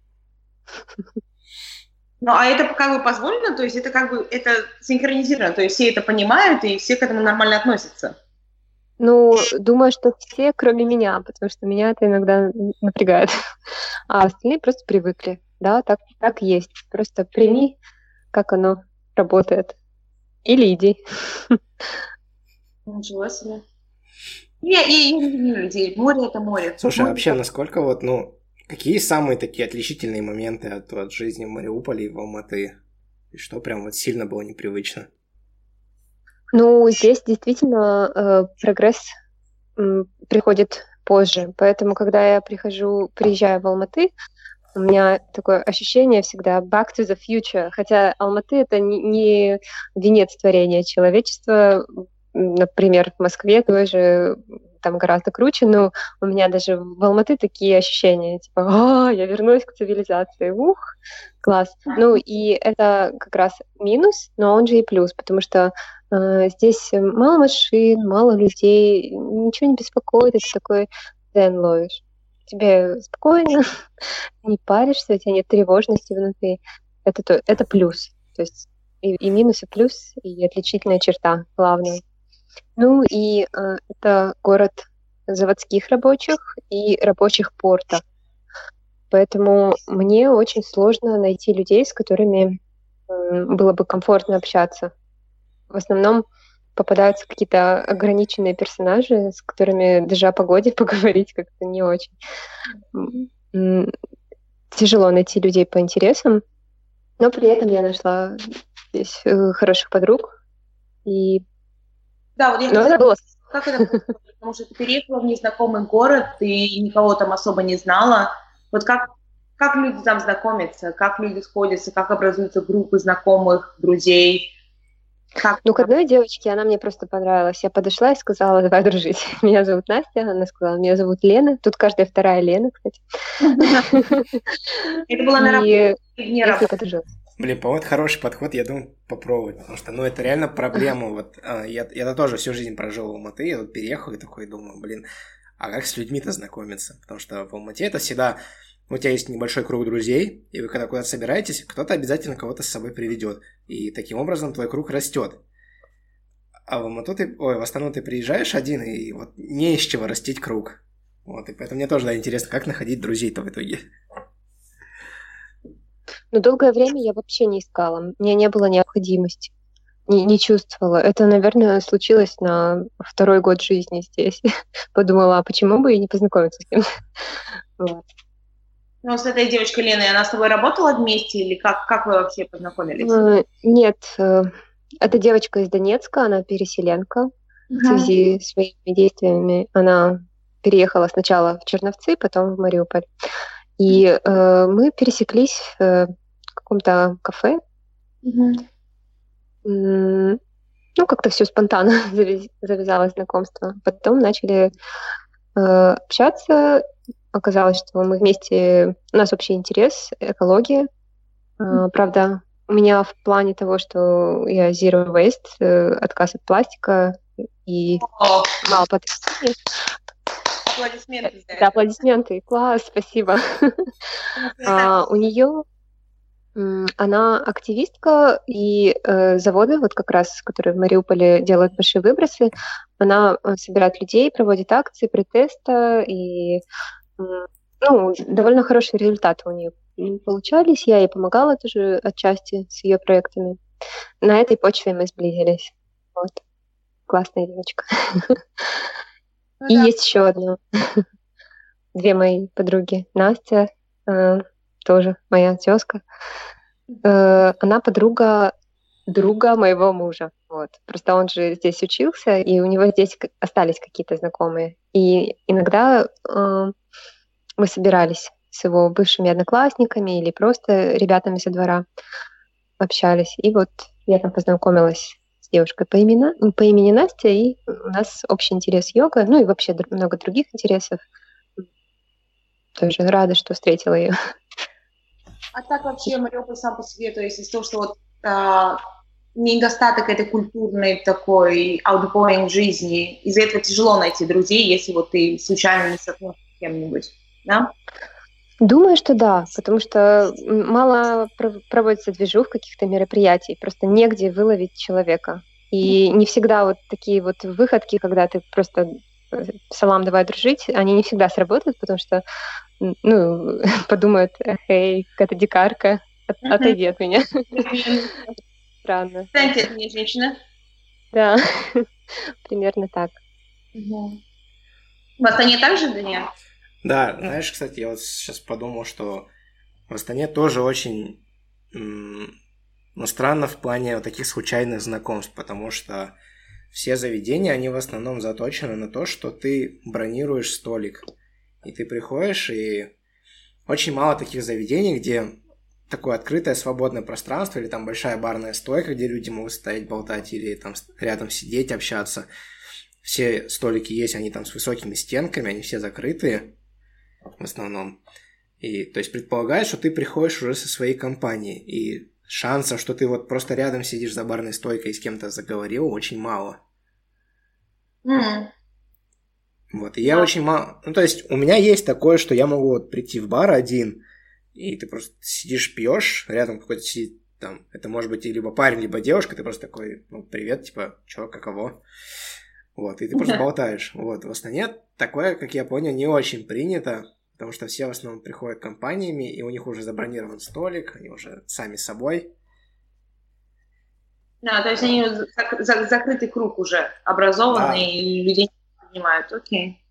Ну, а это как бы позволено, то есть это как бы, это синхронизировано, то есть все это понимают и все к этому нормально относятся. Ну, думаю, что все, кроме меня, потому что меня это иногда напрягает. А остальные просто привыкли. Да, так, так есть. Просто прими, как оно работает. Или иди. Ничего себе. Я, я, я не люблю людей. Море — это море. Слушай, море вообще, это... насколько вот, ну, какие самые такие отличительные моменты от, от жизни в Мариуполе и в Алматы? И что прям вот сильно было непривычно? Ну, здесь действительно э, прогресс м, приходит позже. Поэтому, когда я прихожу, приезжаю в Алматы, у меня такое ощущение всегда back to the future. Хотя Алматы — это не, не венец творения человечества. Например, в Москве тоже там гораздо круче, но у меня даже в Алматы такие ощущения, типа, а, я вернусь к цивилизации, ух, класс. Ну и это как раз минус, но он же и плюс, потому что э, здесь мало машин, мало людей, ничего не беспокоит, это такой дзен ловишь. Тебе спокойно, не паришься, у тебя нет тревожности внутри. Это, то, это плюс. То есть и, и минус, и плюс, и отличительная черта главная. Ну и э, это город заводских рабочих и рабочих порта. Поэтому мне очень сложно найти людей, с которыми э, было бы комфортно общаться. В основном попадаются какие-то ограниченные персонажи, с которыми даже о погоде поговорить как-то не очень. Тяжело найти людей по интересам, но при этом я нашла здесь хороших подруг. И... Да, вот я но хотела... это было... Как это было? Потому что ты переехала в незнакомый город, ты никого там особо не знала. Вот как, как люди там знакомятся, как люди сходятся, как образуются группы знакомых, друзей? Как... Ну, к одной девочке, она мне просто понравилась. Я подошла и сказала, давай дружить. Меня зовут Настя, она сказала, меня зовут Лена. Тут каждая вторая Лена, кстати. Это было на работе или вне работы? Подружилась. Блин, по-моему, это хороший подход, я думаю, попробовать, потому что, ну, это реально проблема, вот, а, я, я тоже всю жизнь прожил в Алматы, я вот переехал и такой думаю, блин, а как с людьми-то знакомиться, потому что в Алмате это всегда, у тебя есть небольшой круг друзей, и вы когда куда-то собираетесь, кто-то обязательно кого-то с собой приведет, и таким образом твой круг растет. А в Алмату ты, ой, в Астану ты приезжаешь один, и вот не из чего растить круг, вот, и поэтому мне тоже, да, интересно, как находить друзей-то в итоге. Но долгое время я вообще не искала. У меня не было необходимости. Не, не чувствовала. Это, наверное, случилось на второй год жизни здесь. Подумала, а почему бы и не познакомиться с кем-то? Вот. Ну, с этой девочкой Леной, она с тобой работала вместе или как, как вы вообще познакомились? Э, Нет, э, эта девочка из Донецка, она переселенка. В Мгм. связи с своими действиями она переехала сначала в Черновцы, потом в Мариуполь. И э, мы пересеклись в э, каком-то кафе. Мгм. М, Ну, как-то все спонтанно завяз- завязалось знакомство. Потом начали э, общаться. Оказалось, что мы вместе, у нас общий интерес, экология. Э, Правда, у меня в плане того, что я zero waste, э, отказ от пластика и О, мало потребления. аплодисменты за Да, это. аплодисменты, класс, спасибо. Потому что А, это- у нее она активистка, и э, заводы, вот как раз, которые в Мариуполе делают большие выбросы, она э, собирает людей, проводит акции, протеста, и м, ну, довольно хорошие результаты у нее получались. Я ей помогала тоже отчасти с ее проектами. На этой почве мы сблизились. Вот. Классная девочка. ну И да. есть еще одна. Две мои подруги. Настя, э, тоже моя тезка. Э, она подруга друга моего мужа. Вот. Просто он же здесь учился, и у него здесь к- остались какие-то знакомые. И иногда э, мы собирались с его бывшими одноклассниками или просто ребятами со двора общались. И вот я там познакомилась с девушкой по, имена, по имени Настя, и у нас общий интерес йога, ну и вообще др- много других интересов. Тоже рада, что встретила ее. А так вообще Мариуполь сам по себе, то есть из того, что вот а, недостаток этой культурной такой outgoing жизни, из-за этого тяжело найти друзей, если вот ты случайно не столкнулся с кем-нибудь, да? Думаю, что да, потому что м, мало пров- проводится движух, каких-то мероприятий, просто негде выловить человека. И не всегда вот такие вот выходки, когда ты просто э, салам, давай дружить, они не всегда сработают, потому что, м, ну, подумают, эй, какая-то дикарка, от- Мгм. отойди от меня. Мгм. Странно. Знаете, это не женщина. Да, примерно так. Мгм. В Астане так же, Даня? Да, знаешь, кстати, я вот сейчас подумал, что в Астане тоже очень, м, ну, странно в плане вот таких случайных знакомств, потому что все заведения, они в основном заточены на то, что ты бронируешь столик. И ты приходишь, и очень мало таких заведений, где такое открытое свободное пространство, или там большая барная стойка, где люди могут стоять, болтать, или там с- рядом сидеть, общаться. Все столики есть, они там с высокими стенками, они все закрытые в основном. И, то есть, предполагает, что ты приходишь уже со своей компанией, и шансов, что ты вот просто рядом сидишь за барной стойкой и с кем-то заговорил, очень мало. М. Вот, и я Да. очень мало... Ну, то есть, у меня есть такое, что я могу вот прийти в бар один, и ты просто сидишь, пьешь, рядом какой-то сидит, там, это может быть и либо парень, либо девушка, ты просто такой, ну, привет, типа, чё, каково? Вот, и ты просто болтаешь. Вот, в Астане такое, как я понял, не очень принято, потому что все в основном приходят компаниями, и у них уже забронирован столик, они уже сами с собой. Да, то есть они вот зак- за- закрытый круг уже образованный, Да. и людей не принимают. Окей.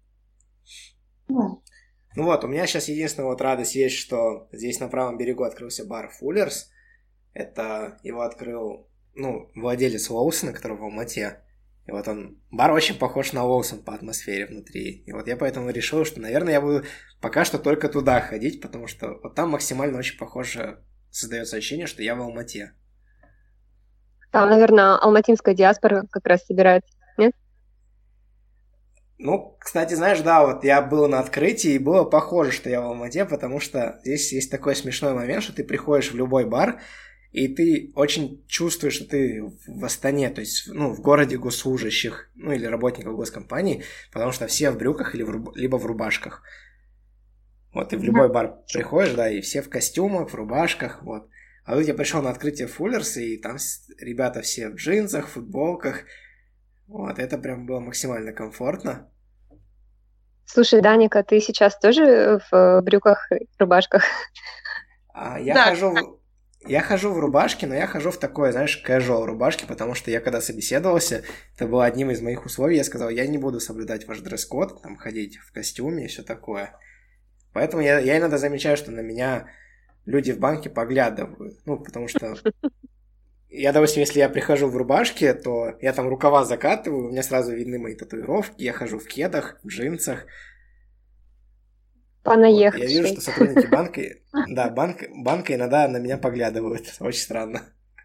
Ну, Ну вот, у меня сейчас единственная вот радость есть, что здесь на правом берегу открылся бар Фуллерс. Это его открыл, ну, владелец Лоусона, который в Алмате. И вот он, бар очень похож на Лоусон по атмосфере внутри. И вот я поэтому решил, что, наверное, я буду пока что только туда ходить, потому что вот там максимально очень похоже, создается ощущение, что я в Алмате. Там, наверное, алматинская диаспора как раз собирается, нет? Ну, кстати, знаешь, да, вот я был на открытии, и было похоже, что я в Алмате, потому что здесь есть такой смешной момент, что ты приходишь в любой бар, и ты очень чувствуешь, что ты в Астане, то есть, ну, в городе госслужащих, ну, или работников госкомпании, потому что все в брюках или в руб... либо в рубашках. Вот, и в любой бар приходишь, да, и все в костюмах, в рубашках, вот. А тут я пришел на открытие Фуллерс, и там ребята все в джинсах, футболках. Вот, это прям было максимально комфортно. Слушай, Даника, ты сейчас тоже в брюках и рубашках? А, я да, хожу в... Я хожу в рубашке, но я хожу в такой, знаешь, casual рубашке, потому что я когда собеседовался, это было одним из моих условий, я сказал, я не буду соблюдать ваш дресс-код, там, ходить в костюме и все такое. Поэтому я, я иногда замечаю, что на меня люди в банке поглядывают. Ну, потому что я, допустим, если я прихожу в рубашке, то я там рукава закатываю, у меня сразу видны мои татуировки, я хожу в кедах, в джинсах. Вот. Я вижу, что сотрудники банка, да, банк, банка иногда на меня поглядывают. Очень странно.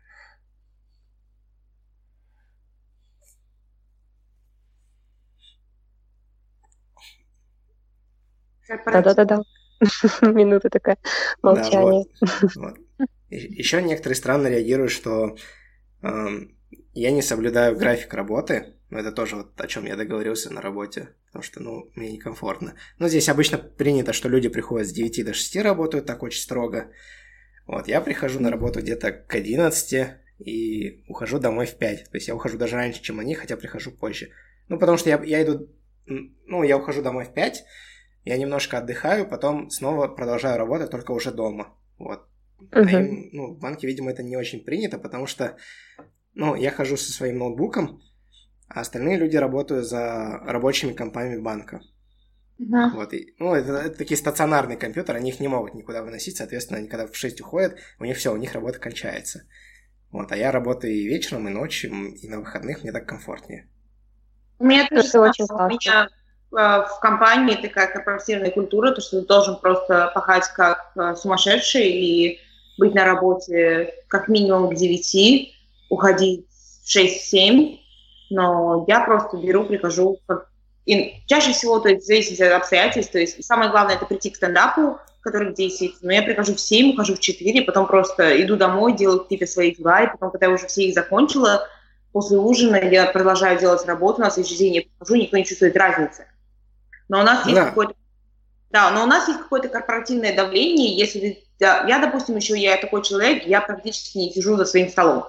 Да-да-да-да. Минута такая молчания. Да, вот, вот. Еще некоторые странно реагируют, что э, я не соблюдаю график работы. Но это тоже вот о чем я договорился на работе, потому что, ну, мне некомфортно. Но здесь обычно принято, что люди приходят с девяти до шести, работают так очень строго. Вот, я прихожу на работу где-то к одиннадцати и ухожу домой в пять. То есть я ухожу даже раньше, чем они, хотя прихожу позже. Ну, потому что я, я иду, ну, я ухожу домой в пять, я немножко отдыхаю, потом снова продолжаю работать, только уже дома. Вот. Uh-huh. А им, ну, в банке, видимо, это не очень принято, потому что, ну, я хожу со своим ноутбуком, а остальные люди работают за рабочими компами банка. Uh-huh. Вот, и, ну, это, это такие стационарные компьютеры, они их не могут никуда выносить, соответственно, они когда в шесть уходят, у них все, у них работа кончается. Вот, а я работаю и вечером, и ночью, и на выходных, мне так комфортнее. У меня тоже очень классно. В компании такая корпоративная культура, то, что ты должен просто пахать как сумасшедший и быть на работе как минимум к девяти, уходить в шесть-семь, но я просто беру, прихожу, и чаще всего, то есть, зависит от обстоятельств, то есть самое главное это прийти к стендапу, который в десять, но я прихожу в семь, ухожу в четыре, потом просто иду домой, делаю какие-то свои дела, и потом, когда я уже все их закончила, после ужина я продолжаю делать работу, на следующий день я прихожу, никто не чувствует разницы. Но у нас есть да. какое-то, да, но у нас есть какое-то корпоративное давление. Если да, я, допустим, еще я такой человек, я практически не сижу за своим столом.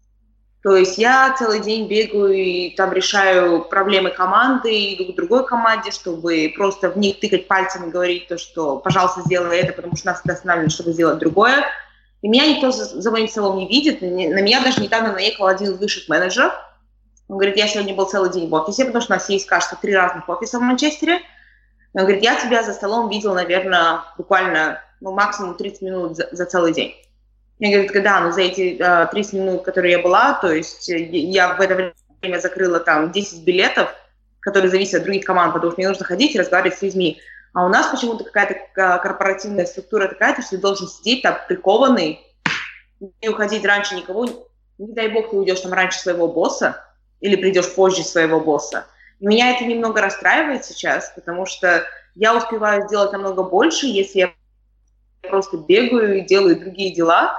То есть я целый день бегаю и там решаю проблемы команды, иду к другой команде, чтобы просто в них тыкать пальцем и говорить то, что, пожалуйста, сделай это, потому что нас останавливают, чтобы сделать другое. И меня никто за, за моим столом не видит. На меня даже недавно наехал один из высших менеджеров. Он говорит, я сегодня был целый день в офисе, потому что у нас есть, кажется, три разных офиса в Манчестере. Он говорит, я тебя за столом видел, наверное, буквально, ну, максимум тридцать минут за, за целый день. Я говорю, да, но за эти uh, тридцать минут, которые я была, то есть я в это время закрыла там десять билетов, которые зависят от других команд, потому что мне нужно ходить и разговаривать с людьми. А у нас почему-то какая-то корпоративная структура такая, что ты должен сидеть там прикованный, не уходить раньше никого. Не дай бог, ты уйдешь там раньше своего босса, или придешь позже своего босса. И меня это немного расстраивает сейчас, потому что я успеваю сделать намного больше, если я просто бегаю и делаю другие дела.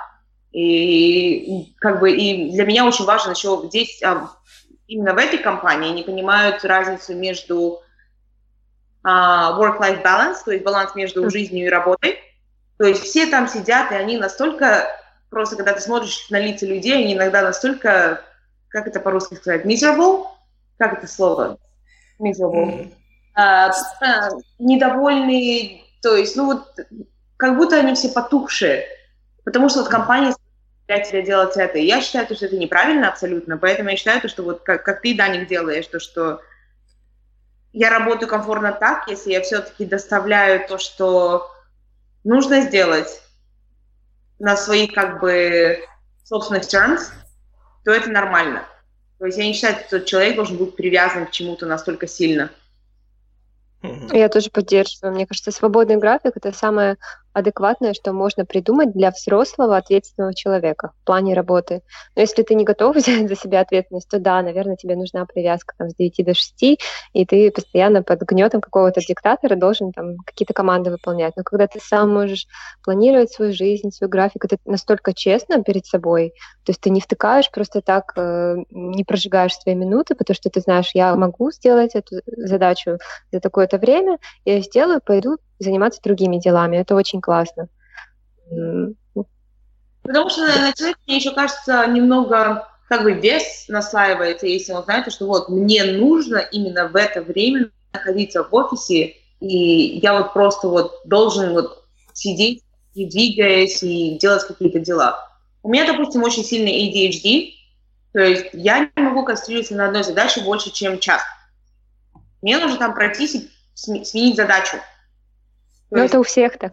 И как бы и для меня очень важно еще здесь, именно в этой компании, они понимают разницу между uh, work-life balance, то есть баланс между жизнью и работой. То есть все там сидят, и они настолько, просто когда ты смотришь на лица людей, они иногда настолько... Как это по-русски сказать? Miserable? Как это слово? Miserable. Mm. А, а, недовольные, то есть, ну вот, как будто они все потухшие, потому что вот компания для тебя делать это. И я считаю, что это неправильно абсолютно, поэтому я считаю, что вот как, как ты, Даник, делаешь, то, что я работаю комфортно так, если я все-таки доставляю то, что нужно сделать на своих, как бы, собственных terms, то это нормально. То есть я не считаю, что человек должен быть привязан к чему-то настолько сильно. Я тоже поддерживаю. Мне кажется, свободный график — это самое адекватное, что можно придумать для взрослого ответственного человека в плане работы. Но если ты не готов взять за себя ответственность, то да, наверное, тебе нужна привязка там, с девяти до шести, и ты постоянно под гнетом какого-то диктатора должен там какие-то команды выполнять. Но когда ты сам можешь планировать свою жизнь, свой график, это настолько честно перед собой, то есть ты не втыкаешь просто так, не прожигаешь свои минуты, потому что ты знаешь, я могу сделать эту задачу за такое-то время, я сделаю, пойду заниматься другими делами. Это очень классно. Потому что на человеке, мне еще кажется, немного как бы вес наслаивается, если он знает, что вот мне нужно именно в это время находиться в офисе, и я вот просто вот должен вот сидеть, не двигаясь, и делать какие-то дела. У меня, допустим, очень сильный эй ди эйч ди, то есть я не могу концентрироваться на одной задаче больше, чем час. Мне нужно там пройтись и сменить задачу. То Ну, есть, это у всех так.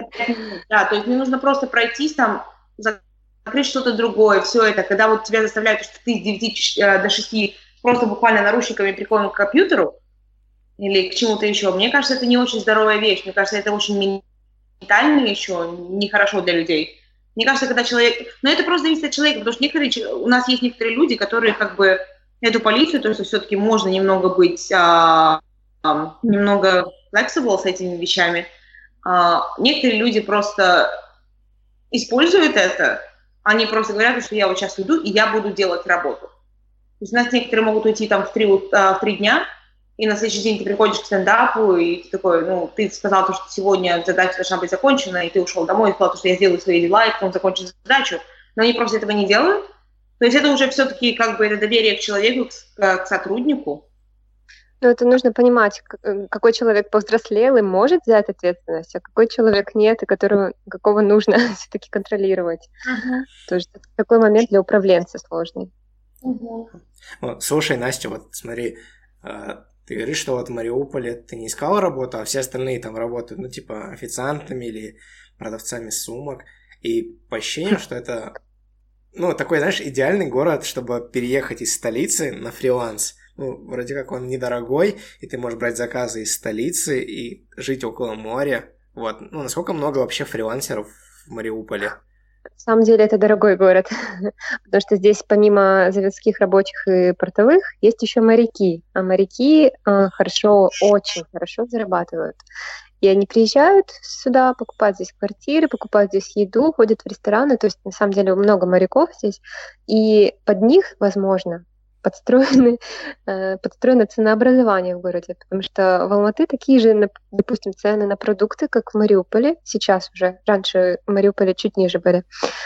да, то есть мне нужно просто пройтись там, закрыть что-то другое, все это. Когда вот тебя заставляют, что ты с девяти до шести просто буквально наручниками прикован к компьютеру или к чему-то еще, мне кажется, это не очень здоровая вещь. Мне кажется, это очень ментально еще нехорошо для людей. Мне кажется, когда человек... Но это просто зависит от человека, потому что некоторые... у нас есть некоторые люди, которые как бы эту полицию, то есть все-таки можно немного быть... А, а, немного flexible с этими вещами. А, некоторые люди просто используют это, они просто говорят, что я вот сейчас уйду, и я буду делать работу. То есть у нас некоторые могут уйти там в три, в три дня, и на следующий день ты приходишь к стендапу, и ты такой, ну, ты сказал, что сегодня задача должна быть закончена, и ты ушел домой и сказал, что я сделаю свои дела, и потом закончу задачу, но они просто этого не делают. То есть это уже все-таки как бы это доверие к человеку, к, к сотруднику. Но это нужно понимать, какой человек повзрослел и может взять ответственность, а какой человек нет, и которого, какого нужно все-таки контролировать. Uh-huh. То есть это такой момент для управленца сложный. Uh-huh. Вот, слушай, Настя, вот смотри, ты говоришь, что вот в Мариуполе ты не искала работу, а все остальные там работают, ну, типа, официантами или продавцами сумок. И по ощущению, что это, ну, такой, знаешь, идеальный город, чтобы переехать из столицы на фриланс. Ну, вроде как он недорогой, и ты можешь брать заказы из столицы и жить около моря. Вот. Ну, насколько много вообще фрилансеров в Мариуполе? На самом деле это дорогой город, потому что здесь помимо заводских рабочих и портовых есть еще моряки, а моряки э, хорошо, очень хорошо зарабатывают. И они приезжают сюда, покупают здесь квартиры, покупают здесь еду, ходят в рестораны, то есть на самом деле много моряков здесь, и под них, возможно, подстроены, э, подстроено ценообразование в городе, потому что в Алматы такие же, допустим, цены на продукты, как в Мариуполе, сейчас уже, раньше в Мариуполе чуть ниже были,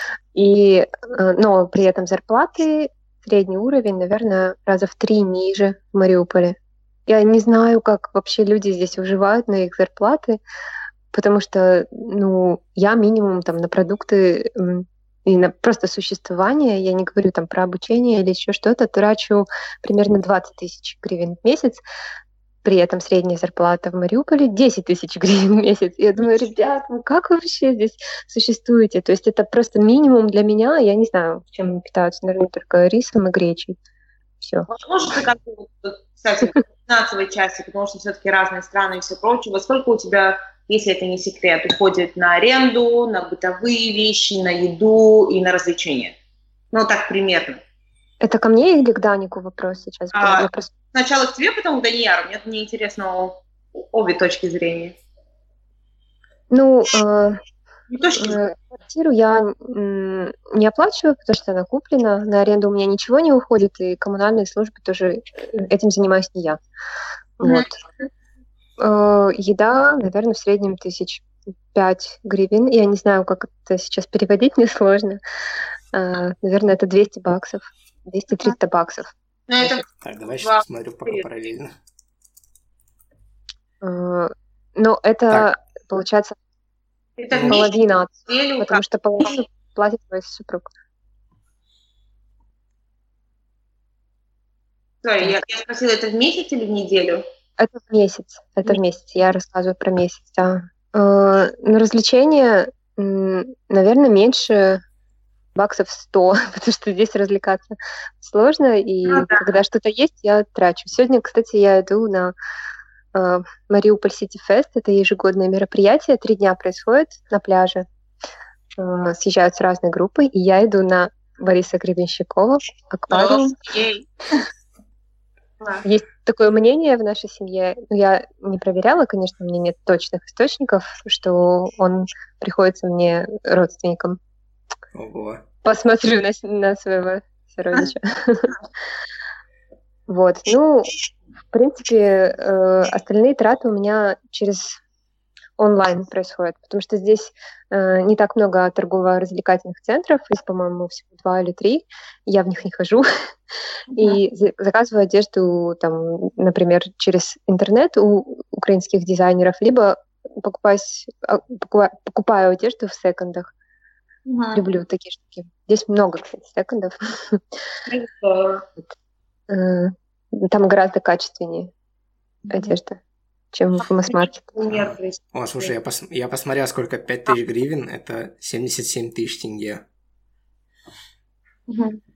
и, э, но при этом зарплаты, средний уровень, наверное, раза в три ниже в Мариуполе. Я не знаю, как вообще люди здесь выживают на их зарплаты, потому что, ну, я минимум там на продукты и на просто существование, я не говорю там про обучение или еще что-то, трачу примерно двадцать тысяч гривен в месяц, при этом средняя зарплата в Мариуполе десять тысяч гривен в месяц. И я думаю, ребят, ну как вы вообще здесь существуете? То есть это просто минимум для меня, я не знаю, чем они питаются, наверное, только рисом и гречей. Все. Возможно, ты как бы, кстати, в финансовой части, потому что все-таки разные страны и все прочее, во сколько у тебя, если это не секрет, уходит на аренду, на бытовые вещи, на еду и на развлечения? Ну, так примерно. Это ко мне или к Данику вопрос сейчас? А, просто... Сначала к тебе, потом к Данияру. Мне, мне интересно обе точки зрения. Ну, э, точки э, квартиру я м, не оплачиваю, потому что она куплена. На аренду у меня ничего не уходит, и коммунальные службы тоже этим занимаюсь не я. Mm-hmm. Вот. Э, еда, наверное, в среднем тысяч пять гривен. Я не знаю, как это сейчас переводить, мне сложно. Э, наверное, это двести баксов. двести-триста баксов. Ну, это... Так, давай сейчас посмотрю пока параллельно. Uh, но это, так. получается, это половина от неделю, потому что половину платит твой супруг. Sorry, я, я спросила, это в месяц или в неделю? Это в месяц, это в месяц. Я рассказываю про месяц, да. Uh, на развлечения, наверное, меньше... баксов сто, потому что здесь развлекаться сложно, и ну, да. когда что-то есть, я трачу. Сегодня, кстати, я иду на э, Мариуполь Сити Фест, это ежегодное мероприятие, три дня происходит на пляже, э, съезжаются разные группы, и я иду на Бориса Гребенщикова, аквариум. Есть такое мнение в нашей семье, ну, я не проверяла, конечно, у меня нет точных источников, что он приходится мне родственникам. Ого. Посмотрю на, на своего сородича. Вот, ну, в принципе, э, остальные траты у меня через онлайн происходят, потому что здесь э, не так много торгово-развлекательных центров, есть, по-моему, всего два или три, я в них не хожу, и за- заказываю одежду, там, например, через интернет у украинских дизайнеров, либо покупаю, покупаю, покупаю одежду в секондах. Uh-huh. Люблю такие штуки. Здесь много, кстати, секондов. Uh-huh. Там гораздо качественнее uh-huh. одежда. чем в масс-маркете. О, слушай, я, пос... я посмотрел, сколько пять тысяч гривен, это семьдесят семь тысяч тенге. Угу.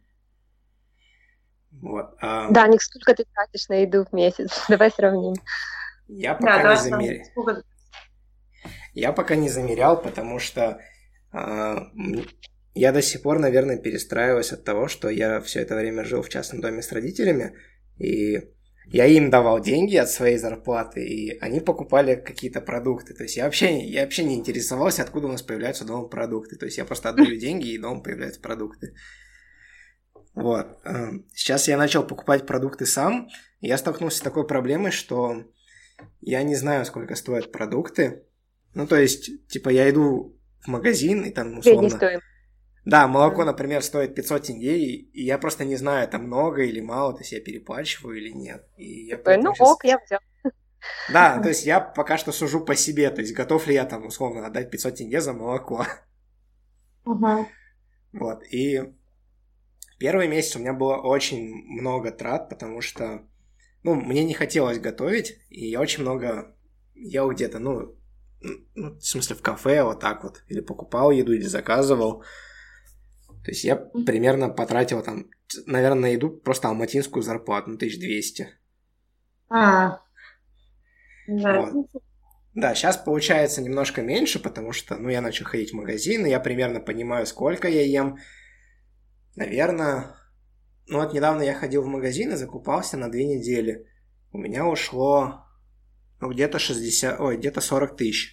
Вот. А... Да, Ник, сколько ты тратишь на еду в месяц? Давай сравним. Я пока да, не замерял. Сколько... Я пока не замерял, потому что а, я до сих пор, наверное, перестраиваюсь от того, что я все это время жил в частном доме с родителями, и я им давал деньги от своей зарплаты, и они покупали какие-то продукты. То есть я вообще, я вообще не интересовался, откуда у нас появляются дома продукты. То есть я просто отдаю деньги, и дома появляются продукты. Вот. Сейчас я начал покупать продукты сам, и я столкнулся с такой проблемой, что я не знаю, сколько стоят продукты. Ну, то есть, типа, я иду в магазин, и там, условно... Да, молоко, например, стоит пятьсот тенге, и я просто не знаю, это много или мало, то есть я переплачиваю или нет. И я ну, сейчас... ок, я взял. Да, то есть я пока что сужу по себе, то есть готов ли я там, условно, отдать пятьсот тенге за молоко. Угу. Вот, и первый месяц у меня было очень много трат, потому что, ну, мне не хотелось готовить, и я очень много ел где-то, ну, ну, в смысле в кафе, вот так вот, или покупал еду, или заказывал. То есть я примерно потратил там, наверное, на еду просто алматинскую зарплату, ну, тысяч двести. А, да. Вот. Да, сейчас получается немножко меньше, потому что, ну, я начал ходить в магазин, и я примерно понимаю, сколько я ем. Наверное, ну, вот недавно я ходил в магазин и закупался на две недели. У меня ушло, ну, где-то шестьдесят, ой, где-то сорок тысяч.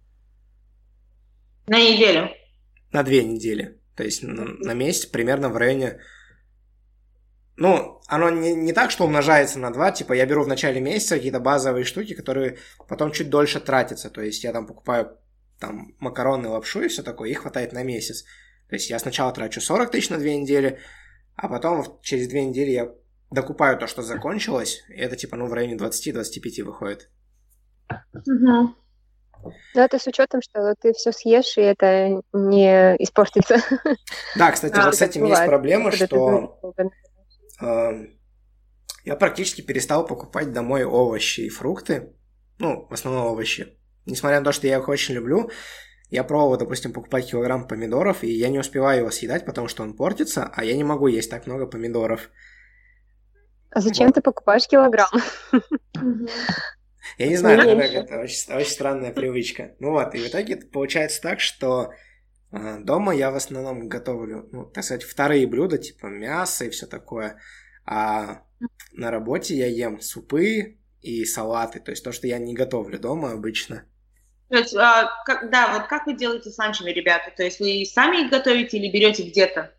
На неделю? На две недели. То есть на, на месяц примерно в районе... Ну, оно не, не так, что умножается на два. Типа я беру в начале месяца какие-то базовые штуки, которые потом чуть дольше тратятся. То есть я там покупаю там макароны, лапшу и все такое, их хватает на месяц. То есть я сначала трачу сорок тысяч на две недели, а потом через две недели я докупаю то, что закончилось. И это типа ну в районе двадцать-двадцать пять выходит. Угу. Но это с учетом, что ты все съешь, и это не испортится. Да, кстати, а, вот с этим есть проблема, что э, я практически перестал покупать домой овощи и фрукты. Ну, в основном овощи. Несмотря на то, что я их очень люблю, я пробовал, допустим, покупать килограмм помидоров, и я не успеваю его съедать, потому что он портится, а я не могу есть так много помидоров. А зачем вот. Ты покупаешь килограмм? Я не знаю, это, это очень, очень странная привычка. Ну вот, и в итоге получается так, что э, дома я в основном готовлю, ну, так сказать, вторые блюда, типа мясо и все такое, а на работе я ем супы и салаты, то есть то, что я не готовлю дома обычно. То есть, а, как, да, вот как вы делаете с ланчами, ребята? То есть вы сами их готовите или берете где-то?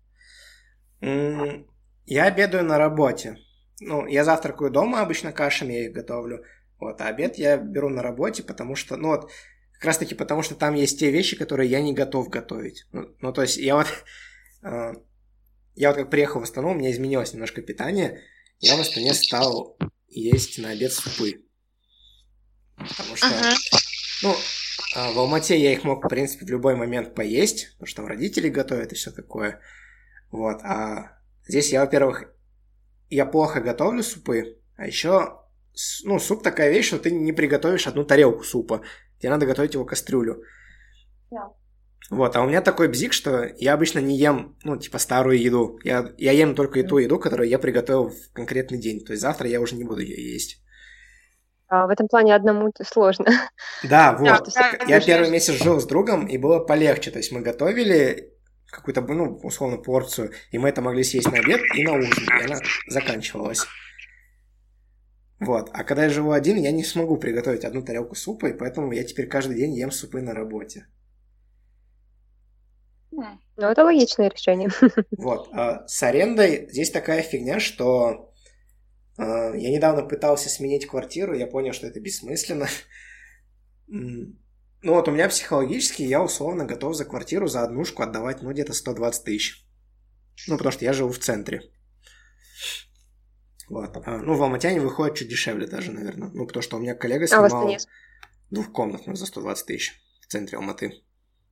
Mm, я обедаю на работе. Ну, я завтракаю дома, обычно кашами я их готовлю. Вот, а обед я беру на работе, потому что, ну вот, как раз таки потому, что там есть те вещи, которые я не готов готовить. Ну, ну то есть я вот, э, я вот как приехал в Астану, у меня изменилось немножко питание, я в Астане стал есть на обед супы. Потому что, ага. ну, э, в Алмате я их мог, в принципе, в любой момент поесть, потому что там родители готовят и все такое. Вот, а здесь я, во-первых, я плохо готовлю супы, а еще... Ну, суп такая вещь, что ты не приготовишь одну тарелку супа. Тебе надо готовить его кастрюлю. Yeah. Вот, а у меня такой бзик, что я обычно не ем, ну, типа, старую еду. Я, я ем только и ту еду, которую я приготовил в конкретный день. То есть завтра я уже не буду ее есть. А в этом плане одному сложно. Да, вот. Да, я первый месяц жил с другом, и было полегче. То есть мы готовили какую-то, ну, условно, порцию, и мы это могли съесть на обед и на ужин, и она заканчивалась. Вот, а когда я живу один, я не смогу приготовить одну тарелку супа, и поэтому я теперь каждый день ем супы на работе. Ну, это логичное решение. Вот, а с арендой здесь такая фигня, что а, я недавно пытался сменить квартиру, я понял, что это бессмысленно. Ну вот, у меня психологически я условно готов за квартиру, за однушку отдавать, ну, где-то сто двадцать тысяч. Ну, потому что я живу в центре. Вот. А, ну, в Алмате выходит чуть дешевле даже, наверное. Ну, потому что у меня коллега снимал а двухкомнатную за сто двадцать тысяч в центре Алматы.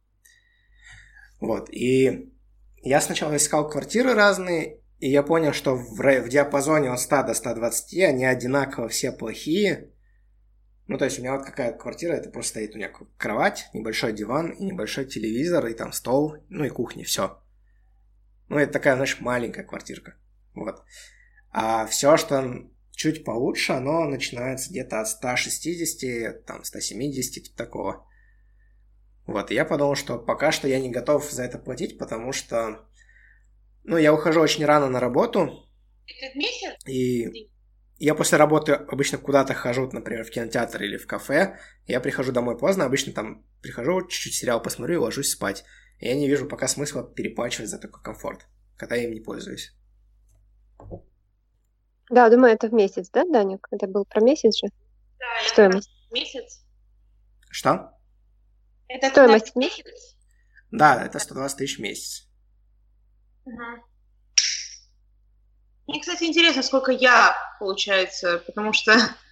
Вот. И я сначала искал квартиры разные, и я понял, что в, в диапазоне от ста до ста двадцати они одинаково все плохие. Ну, то есть у меня вот какая квартира, это просто стоит у меня кровать, небольшой диван и небольшой телевизор, и там стол, ну и кухня, все. Ну, это такая, знаешь, маленькая квартирка. Вот. А все, что чуть получше, оно начинается где-то от ста шестидесяти, там, ста семидесяти, типа такого. Вот, и я подумал, что пока что я не готов за это платить, потому что, ну, я ухожу очень рано на работу. Это в месяц? И я после работы обычно куда-то хожу, например, в кинотеатр или в кафе. Я прихожу домой поздно, обычно там прихожу, чуть-чуть сериал посмотрю и ложусь спать. И я не вижу пока смысла переплачивать за такой комфорт, когда я им не пользуюсь. Да, думаю, это в месяц, да, Даник? Это был про месяц же? Да, стоимость. В месяц. Что? Это Стоимость в месяц? Да, это сто двадцать тысяч в месяц. Угу. Мне, кстати, интересно, сколько я, получается, потому что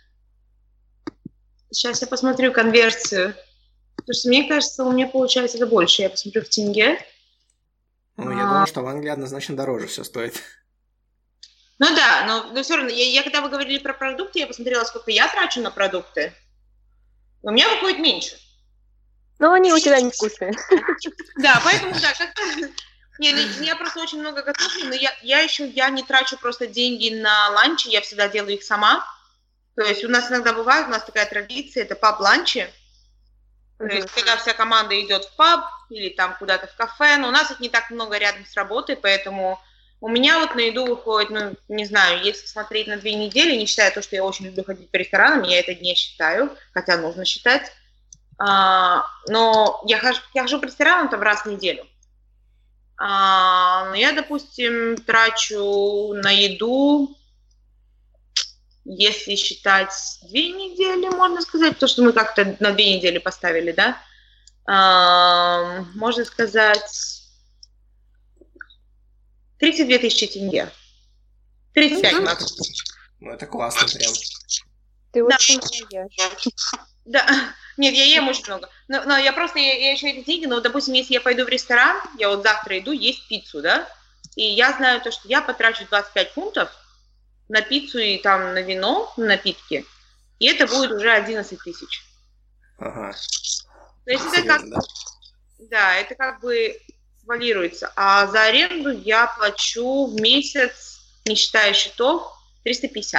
сейчас я посмотрю конверсию. Потому что мне кажется, у меня получается это больше. Я посмотрю в тенге. Ну, я а... думаю, что в Англии однозначно дороже все стоит. Ну да, но, но все равно, я, я когда вы говорили про продукты, я посмотрела, сколько я трачу на продукты. У меня выходит меньше. Но они у тебя невкусные. Да, поэтому, да, как-то... Не, ну, я просто очень много готовлю, но я, я еще я не трачу просто деньги на ланчи, я всегда делаю их сама. То есть у нас иногда бывает, у нас такая традиция, это паб-ланчи. То uh-huh. есть когда вся команда идет в паб или там куда-то в кафе, но у нас их не так много рядом с работой, поэтому у меня вот на еду выходит, ну, не знаю, если смотреть на две недели, не считая то, что я очень люблю ходить по ресторанам, я это не считаю, хотя нужно считать. А, но я хожу, я хожу по ресторанам там раз в неделю. А, я, допустим, трачу на еду, если считать две недели, можно сказать, потому что мы как-то на две недели поставили, да, а, можно сказать, тридцать две тысячи тенге. тридцать пять максимум. Ну, это классно прям. Ты да. очень ешь. Да, нет, я ем очень много. Но, но я просто, я, я еще эти деньги, но, допустим, если я пойду в ресторан, я вот завтра иду есть пиццу, да, и я знаю то, что я потрачу двадцать пять фунтов на пиццу и там на вино, на напитки, и это будет уже одиннадцать тысяч. Ага. То есть это как, да, это как бы валируется. А за аренду я плачу в месяц, не считая счетов, триста пятьдесят.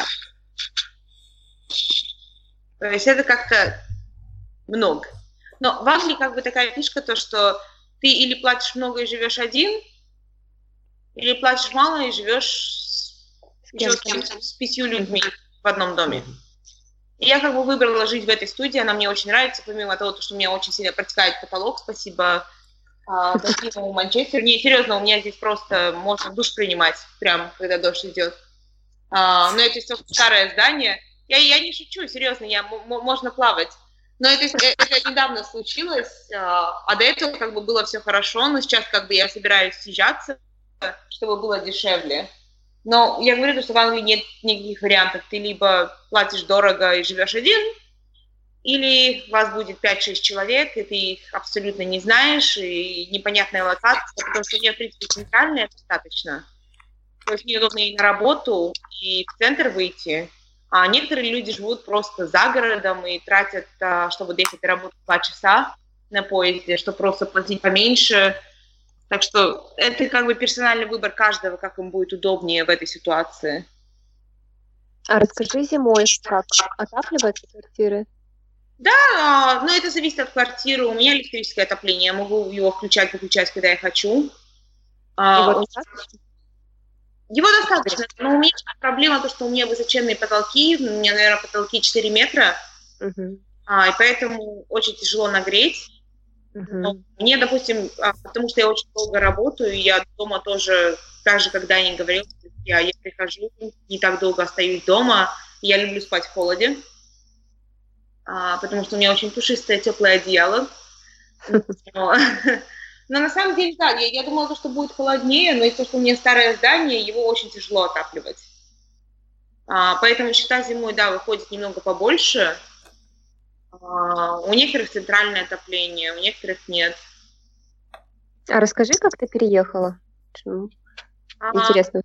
То есть это как-то много. Но в Англии как бы такая фишка, то, что ты или платишь много и живешь один, или платишь мало и живешь с, еще с, кем-то, с пятью людьми в одном доме. И я как бы выбрала жить в этой студии, она мне очень нравится, помимо того, что у меня очень сильно протекает потолок, спасибо гостиному Манчестеру. Не, серьезно, у меня здесь просто можно душ принимать, прям когда дождь идет. А, но это все старое здание. Я, я не шучу, серьезно, я, м- можно плавать. Но это, это недавно случилось, а, а до этого как бы было все хорошо, но сейчас как бы я собираюсь съезжаться, чтобы было дешевле. Но я говорю, что в Англии нет никаких вариантов. Ты либо платишь дорого и живешь один, или вас будет пять-шесть человек, и ты их абсолютно не знаешь, и непонятная локация, потому что у нее, в принципе, центральная достаточно. То есть мне удобно и на работу, и в центр выйти. А некоторые люди живут просто за городом и тратят, чтобы доехать на работу, два часа на поезде, чтобы просто платить поменьше. Так что это как бы персональный выбор каждого, как им будет удобнее в этой ситуации. А расскажи зимой, как отапливаются квартиры? Да, но это зависит от квартиры. У меня электрическое отопление, я могу его включать, выключать, когда я хочу. Его достаточно? Его достаточно, но у меня проблема то, что у меня высоченные потолки, у меня, наверное, потолки четыре метра, uh-huh. а, и поэтому очень тяжело нагреть. Uh-huh. Но мне, допустим, потому что я очень долго работаю, и я дома тоже, даже когда я не говорила, я, я прихожу, не так долго остаюсь дома, и я люблю спать в холоде, а, потому что у меня очень пушистое, теплое одеяло. Но на самом деле, да, я, я думала, что будет холоднее, но из-за того, что у меня старое здание, его очень тяжело отапливать. А, поэтому счета зимой, да, выходит немного побольше. А, у некоторых центральное отопление, у некоторых нет. А расскажи, как ты переехала? А, Интересно.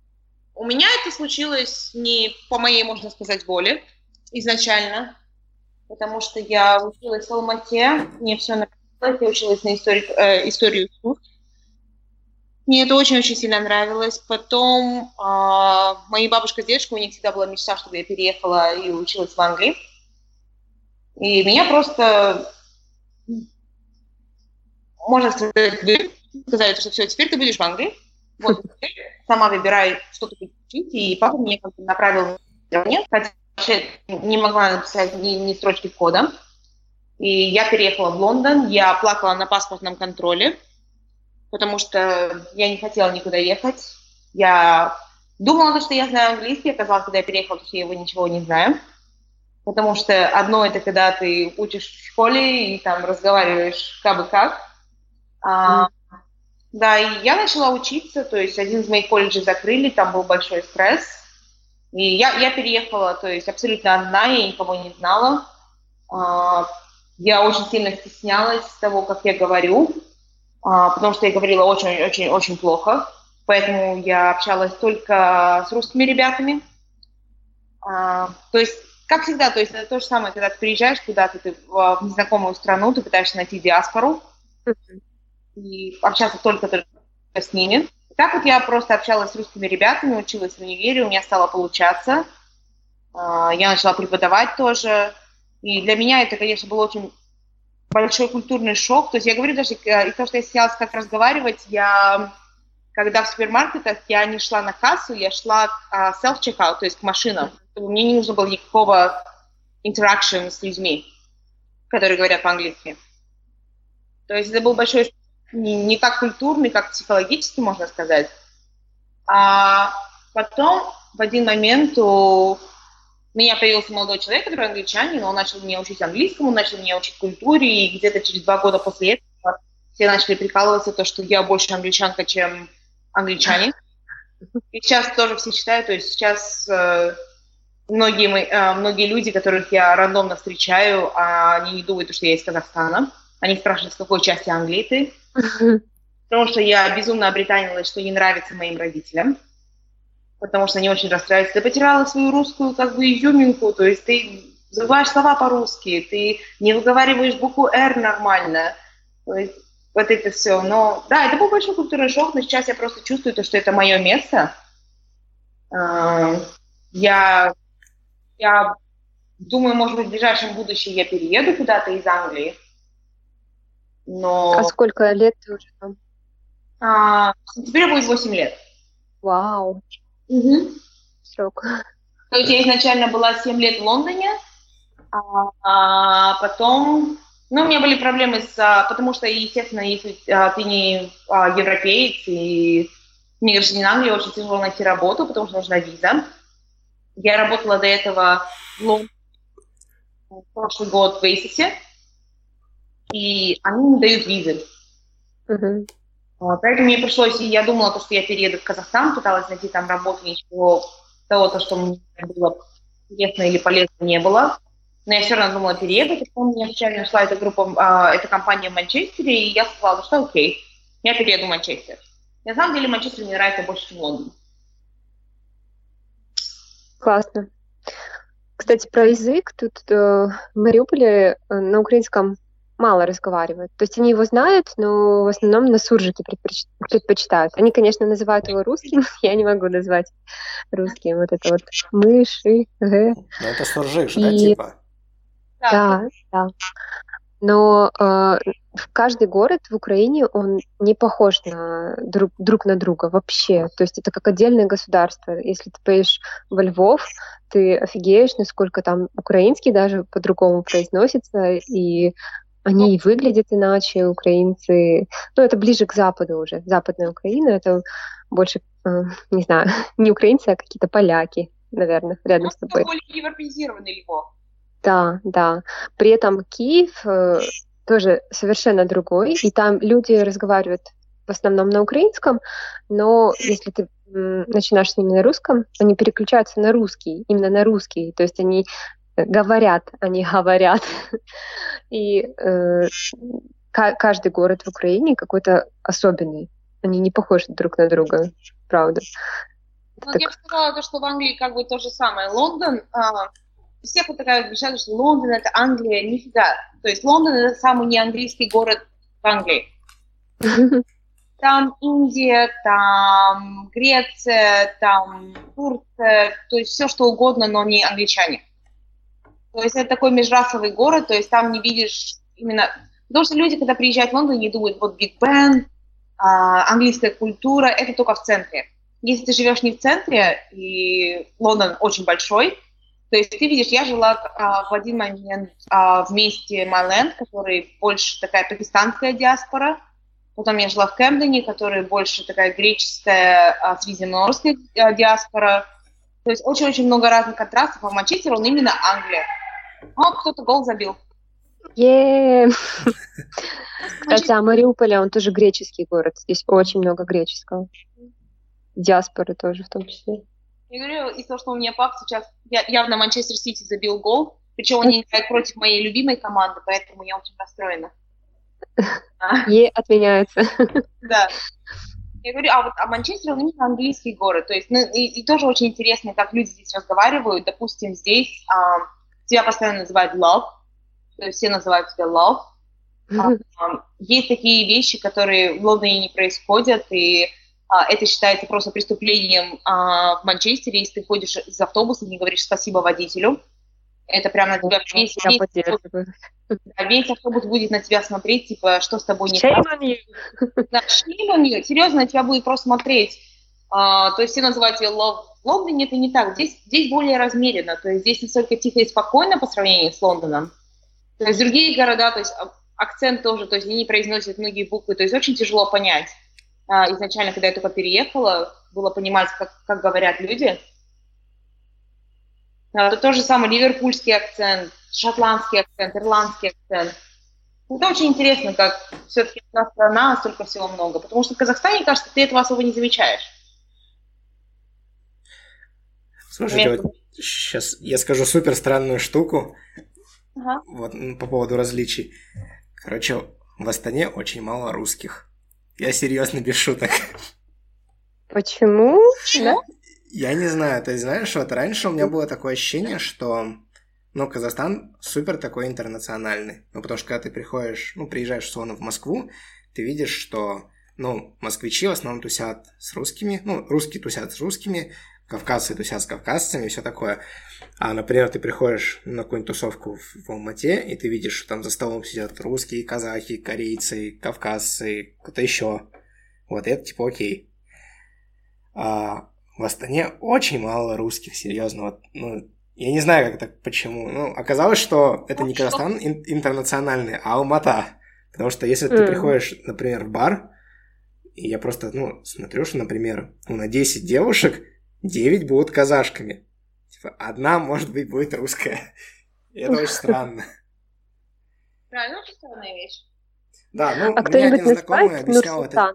У меня это случилось не по моей, можно сказать, воле изначально. потому что я училась в Алмате, мне все нравилось, я училась на историю, э, историю искусств. Мне это очень-очень сильно нравилось. Потом э, моя бабушка с дедушкой, у них всегда была мечта, чтобы я переехала и училась в Англии. И меня просто, можно сказать, вы сказали, что все, теперь ты будешь в Англии. Вот, сама выбирай, что ты будешь учить. И папа меня как-то направил в нет, хотя не могла написать ни, ни строчки кода. И я переехала в Лондон, я плакала на паспортном контроле, потому что я не хотела никуда ехать. Я думала, что я знаю английский, оказалось, когда я переехала, что я его ничего не знаю. Потому что одно это когда ты учишь в школе и там разговариваешь как бы как. А, да, и я начала учиться, то есть один из моих колледжей закрыли, там был большой стресс. И я, я переехала, то есть абсолютно одна, я никого не знала. А, я очень сильно стеснялась того, как я говорю, а, потому что я говорила очень-очень-очень плохо. Поэтому я общалась только с русскими ребятами. А, то есть, как всегда, то есть это то же самое, когда ты приезжаешь куда-то, ты в незнакомую страну, ты пытаешься найти диаспору и общаться только-только с ними. Так вот я просто общалась с русскими ребятами, училась в универе, у меня стало получаться. Я начала преподавать тоже. И для меня это, конечно, был очень большой культурный шок. То есть я говорю даже, из-за того, что я стеснялась как разговаривать, я, когда в супермаркетах, я не шла на кассу, я шла uh, self-checkout, то есть к машинам. Мне не нужно было никакого interaction с людьми, которые говорят по-английски. То есть это был большой шок. Не, не так культурный, как психологически, можно сказать. А потом в один момент у меня появился молодой человек, который англичанин, он начал меня учить английскому, начал меня учить культуре, и где-то через два года после этого все начали прикалываться, то, что я больше англичанка, чем англичанин. И сейчас тоже все считают, то есть сейчас э, многие, э, многие люди, которых я рандомно встречаю, а они не думают, что я из Казахстана. Они спрашивают, с какой части Англии ты. Потому что я безумно обретанилась, что не нравится моим родителям. Потому что они очень расстраиваются. Ты потеряла свою русскую как бы изюминку, то есть ты забываешь слова по-русски, ты не выговариваешь букву «Р» нормально. То есть вот это все. Но да, это был большой культурный шок, но сейчас я просто чувствую, то, что это мое место. Я, я думаю, может быть, в ближайшем будущем я перееду куда-то из Англии. Но... А сколько лет ты уже там? А, теперь будет восемь лет. Вау. Угу. Срок. То есть я изначально была семь лет в Лондоне, а, а потом... Ну, у меня были проблемы с... Потому что, естественно, если а, ты не а, европеец и не гражданин Англии, очень тяжело найти работу, потому что нужна виза. Я работала до этого в Лондоне прошлый год в Эйсисе. И они не дают визы. Uh-huh. Поэтому мне пришлось, и я думала, что я перееду в Казахстан, пыталась найти там работу, ничего того, то, что мне было интересно или полезно, не было. Но я все равно думала переехать. И потом меня случайно нашла эта группа, а, эта компания в Манчестере, и я сказала, что окей, я перееду в Манчестер. На самом деле Манчестер мне нравится больше, чем Лондон. Классно. Кстати, про язык. Тут э, в Мариуполе э, на украинском мало разговаривают. То есть они его знают, но в основном на суржике предпоч... предпочитают. Они, конечно, называют его русским, я не могу назвать русским. Вот это вот мышь, и, г. Ну, это суржик же, и... да, типа? Да, да. Но э, каждый город в Украине, он не похож на друг, друг на друга вообще. То есть это как отдельное государство. Если ты поедешь во Львов, ты офигеешь, насколько там украинский даже по-другому произносится, и они и выглядят иначе, украинцы. Ну, это ближе к западу уже. Западная Украина, это больше, э, не знаю, не украинцы, а какие-то поляки, наверное, рядом ну, с тобой. Более европеизированный Львов. Да, да. При этом Киев э, тоже совершенно другой, и там люди разговаривают в основном на украинском, но если ты м, начинаешь с ними на русском, они переключаются на русский, именно на русский, то есть они говорят, они говорят. И э, к- каждый город в Украине какой-то особенный. Они не похожи друг на друга, правда. Ну, так... Я бы сказала, что в Англии как бы то же самое. Лондон, а, У всех вот такая мечта, что Лондон — это Англия, нифига. То есть Лондон — это самый неанглийский город в Англии. Там Индия, там Греция, там Турция, то есть все что угодно, но не англичане. То есть это такой межрасовый город, то есть там не видишь именно... Потому что люди, когда приезжают в Лондон, они думают, вот Биг Бен, английская культура, это только в центре. Если ты живешь не в центре, и Лондон очень большой, то есть ты видишь, я жила а, в один момент а, в месте Майленд, который больше такая пакистанская диаспора. Потом я жила в Кэмдене, который больше такая греческая, а, средиземноморская а, диаспора. То есть очень-очень много разных контрастов, а в Манчестере он именно Англия. О, кто-то гол забил. Е. Кстати, а Мариуполь, он тоже греческий город. Здесь очень много греческого. Диаспоры тоже в том числе. Я говорю, из-за того, что у меня папа сейчас я, явно Манчестер Сити забил гол, причем он не играет против моей любимой команды, поэтому я очень расстроена. Е отменяется. Да. Я говорю, а вот а Манчестер, он именно английский город, то есть, ну, и, и тоже очень интересно, как люди здесь разговаривают. Допустим, здесь а, тебя постоянно называют love, то есть все называют тебя love. А, а, есть такие вещи, которые в Лондоне не происходят, и а, это считается просто преступлением а, в Манчестере, если ты ходишь из автобуса и не говоришь спасибо водителю. Это прям на тебя весь, весь, весь, весь автобус будет на тебя смотреть, типа, что с тобой не так. Да, shame on you. Серьезно, на тебя будет просто смотреть. А, то есть все называют тебя love. В Лондоне это не так. Здесь, здесь более размеренно. То есть здесь настолько тихо и спокойно по сравнению с Лондоном. То есть другие города, то есть акцент тоже, то есть они не произносят многие буквы. То есть очень тяжело понять. А, изначально, когда я только переехала, было понимать, как, как говорят люди. Это то же самое ливерпульский акцент, шотландский акцент, ирландский акцент. Это очень интересно, как все-таки одна страна, столько всего много. Потому что в Казахстане, кажется, ты этого особо не замечаешь. Слушайте, вот сейчас я скажу супер странную штуку. Ага. Вот по поводу различий. Короче, в Астане очень мало русских. Я серьезно, без шуток. Почему? Да? Я не знаю, то есть, знаешь, вот раньше у меня было такое ощущение, что, ну, Казахстан супер такой интернациональный. Ну, потому что когда ты приходишь, ну, приезжаешь, условно, в Москву, ты видишь, что, ну, москвичи в основном тусят с русскими, ну, русские тусят с русскими, кавказцы тусят с кавказцами и все такое. А, например, ты приходишь на какую-нибудь тусовку в, в Алмате, и ты видишь, что там за столом сидят русские, казахи, корейцы, кавказцы, кто-то еще. Вот, и это типа окей. А в Астане очень мало русских, серьезно. Вот, ну, я не знаю, как так, почему. Ну, оказалось, что это не Казахстан ин- интернациональный, а Алмата. Потому что если ты mm. приходишь, например, в бар, и я просто, ну, смотрю, что, например, ну, на десять девушек девять будут казашками. Типа, одна, может быть, будет русская. И это очень странно. Правильно, очень странная вещь. Да, ну, а мне один знакомый объяснял это...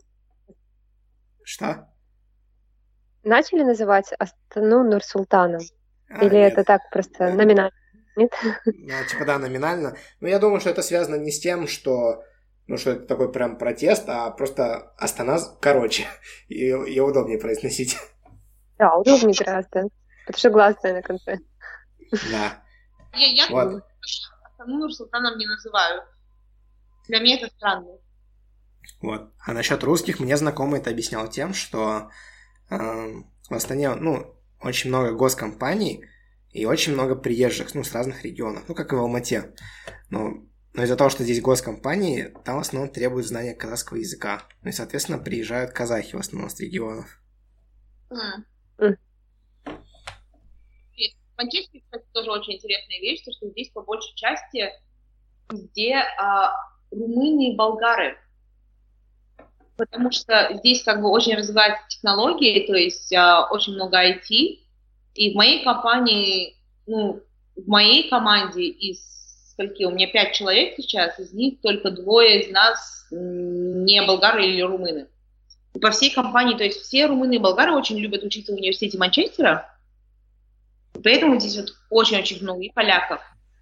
Что? Начали называть Астану Нур-Султаном? А, Или нет. это так просто это... номинально? Нет? Ну, типа, да, номинально. Но я думаю, что это связано не с тем, что, ну, что это такой прям протест, а просто Астана короче. И ее удобнее произносить. Да, удобнее гораздо. Потому что гласная на конце. Да. Я, я вот. Астану Нур-Султаном не называю. Для меня это странно. Вот. А насчет русских мне знакомый это объяснял тем, что э, в Астане, ну, очень много госкомпаний и очень много приезжих, ну, с разных регионов, ну, как и в Алмате. Но, но из-за того, что здесь госкомпании, там в основном требуют знания казахского языка. Ну и, соответственно, приезжают казахи в основном с регионов. Mm. Mm. В Манчестере, кстати, тоже очень интересная вещь, то, что здесь по большей части везде а, румыны и болгары. Потому что здесь как бы очень развиваются технологии, то есть а, очень много ай ти. И в моей компании, ну, в моей команде из скольки? У меня пять человек сейчас, из них только двое из нас не болгары или румыны. И по всей компании, то есть все румыны и болгары очень любят учиться в университете Манчестера. Поэтому здесь вот очень-очень много и поляков.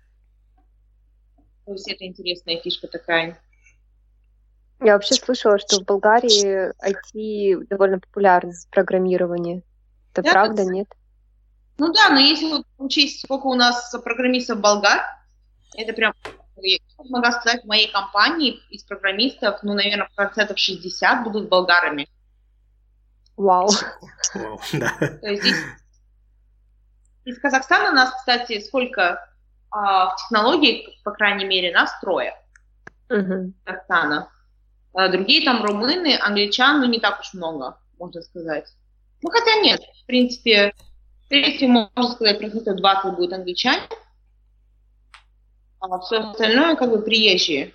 То есть это интересная фишка такая. Я вообще слышала, что в Болгарии ай ти довольно популярно, программирование. Это да, правда, нет? Ну да, но если вот учесть, сколько у нас программистов-болгар, это прям, я могу сказать, в моей компании из программистов, ну, наверное, процентов шестьдесят будут болгарами. Вау. Вау, да. То есть здесь из Казахстана нас, кстати, сколько а, в технологии, по крайней мере, нас трое. Угу. Казахстана. А другие там румыны, англичан, ну, не так уж много, можно сказать. Ну, хотя нет, в принципе, в принципе, можно сказать, процентов двадцать будет англичане, а все остальное как бы приезжие.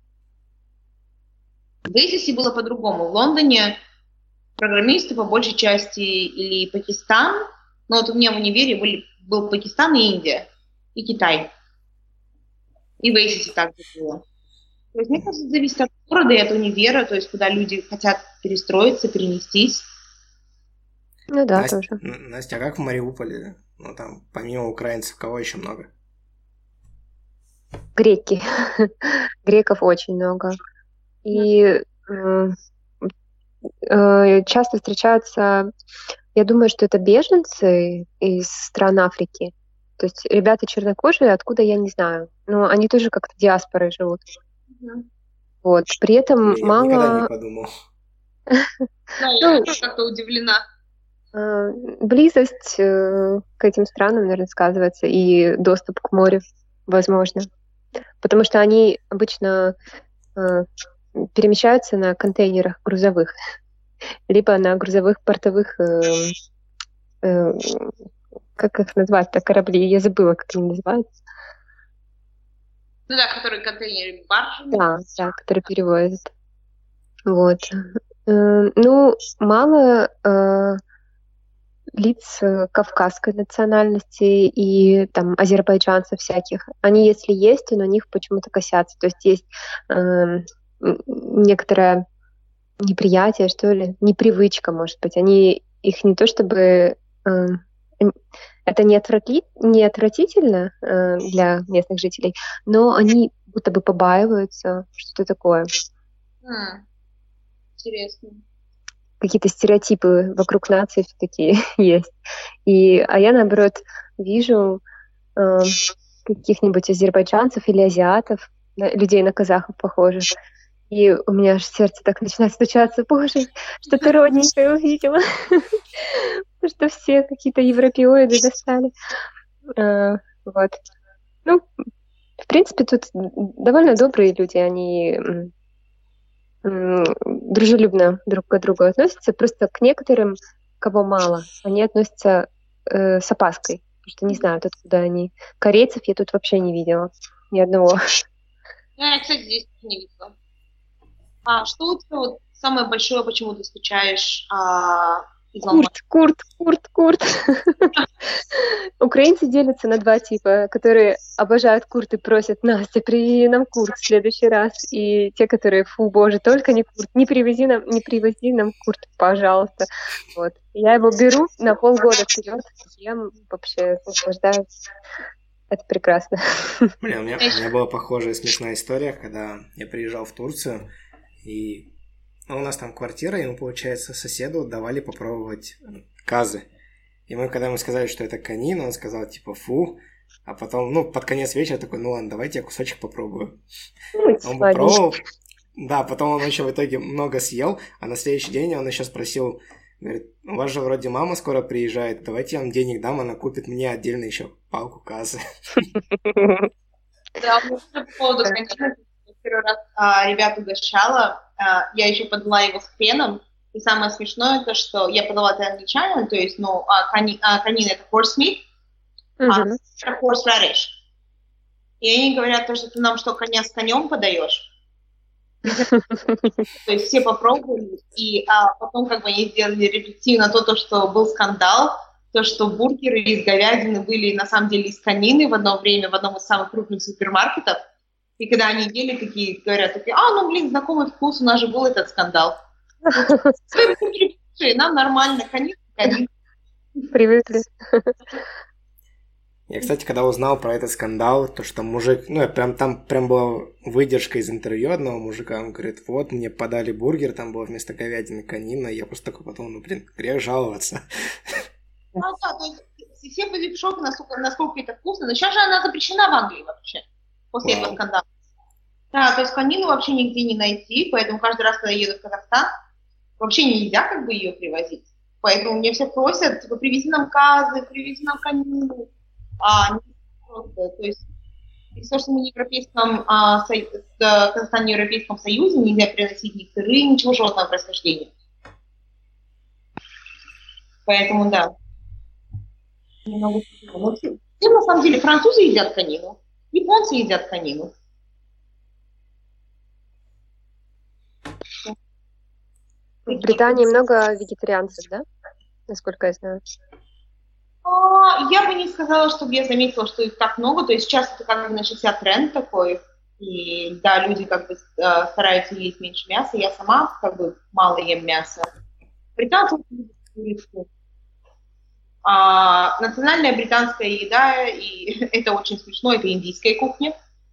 В Эйсисе было по-другому. В Лондоне программисты по большей части или Пакистан, но вот у меня в универе были, был Пакистан и Индия, и Китай. И в Эйсисе также было. То есть, мне кажется, зависит от города и от универа, то есть, куда люди хотят перестроиться, перенестись. Ну да, Настя, тоже. Настя, а как в Мариуполе? Ну, там, помимо украинцев, кого еще много? Греки. Греков очень много. И э, э, часто встречаются, я думаю, что это беженцы из стран Африки. То есть ребята чернокожие, откуда я не знаю. Но они тоже как-то диаспорой живут. Mm-hmm. Вот. При этом я мало... никогда не подумал. Да, я тоже как-то удивлена. Близость к этим странам, наверное, сказывается, и доступ к морю, возможно. Потому что они обычно перемещаются на контейнерах грузовых, либо на грузовых портовых, как их назвать-то, корабли, я забыла, как они называются. Ну да, которые контейнеры, баржи. Да, да, которые перевозят. Вот. Ну, мало э, лиц кавказской национальности и там азербайджанцев всяких. Они, если есть, то на них почему-то косятся. То есть есть э, некоторое неприятие, что ли, непривычка, может быть. Они их не то чтобы... Э, это не, отврати, не отвратительно э, для местных жителей, но они будто бы побаиваются, что-то такое. Mm. Интересно. Какие-то стереотипы вокруг нации все-таки есть. И, а я, наоборот, вижу э, каких-нибудь азербайджанцев или азиатов, да, людей на казахов похожих. И у меня аж сердце так начинает стучаться. Боже, что-то родненькое увидела. Что все какие-то европеоиды достали. Вот. Ну, в принципе, тут довольно добрые люди. Они дружелюбно друг к другу относятся. Просто к некоторым, кого мало, они относятся с опаской. Потому что не знают, откуда они. Корейцев я тут вообще не видела. Ни одного. Я, кстати, здесь не видела. А что у тебя вот самое большое, почему ты скучаешь а, из Алматы? Курт, курт, курт, курт. Украинцы делятся на два типа, которые обожают курт и просят: Настя, привези нам курт в следующий раз. И те, которые: фу, боже, только не курт, не привези нам, не привези нам курт, пожалуйста. Вот. Я его беру на полгода вперед, ем, вообще наслаждаюсь. Это прекрасно. Блин, у меня, у меня была похожая смешная история, когда я приезжал в Турцию. И ну, у нас там квартира, и мы, получается, соседу давали попробовать казы. И мы, когда ему сказали, что это канин, он сказал, типа, фу. А потом, ну, под конец вечера такой: ну ладно, давайте я кусочек попробую. Ой, он попробовал. Да, потом он еще в итоге много съел, а на следующий день он еще спросил, говорит: у вас же вроде мама скоро приезжает, давайте я вам денег дам, она купит мне отдельно еще палку казы. Да, по поводу канина. Первый раз а, ребят угощала, а, я еще подала его с хреном, и самое смешное это, что я подала это англичанам, то есть, ну, а, кани, а, канин это horse meat, uh-huh. а это horse radish. И они говорят, то, что ты нам что, коня с конем подаешь? То есть все попробовали, и а, потом как бы они сделали ретроспективно то, то, что был скандал, то, что бургеры из говядины были на самом деле из конины в одно время в одном из самых крупных супермаркетов. И когда они ели, такие говорят, такие: а, ну, блин, знакомый вкус, у нас же был этот скандал. Нам нормально, конечно, конечно. Привыкли. Я, кстати, когда узнал про этот скандал, то, что мужик, ну, прям там прям была выдержка из интервью одного мужика, он говорит: вот, мне подали бургер, там было вместо говядины конина, я просто такой потом, ну, блин, грех жаловаться. Ну, да, то есть и все были в шоке, насколько, насколько это вкусно. Но сейчас же она запрещена в Англии вообще, после wow. этого скандала. Да, то есть конину вообще нигде не найти, поэтому каждый раз, когда я еду в Казахстан, вообще нельзя как бы ее привозить. Поэтому мне все просят, типа, привези нам казы, привези нам конину. А, просто, то есть, все, что мы в Европейском, а, со... в Казахстане в Европейском Союзе, нельзя приносить ни сыры, ничего животного происхождения. Поэтому, да. Но все, все, на самом деле, французы едят конину, японцы едят конину. В Британии много вегетарианцев, да? Насколько я знаю. А, я бы не сказала, чтобы я заметила, что их так много. То есть сейчас это как бы начался тренд такой. И да, люди как бы стараются есть меньше мяса. Я сама как бы мало ем мяса. Британцы любят курицу. А, национальная британская еда, и это очень смешно, это индийская кухня.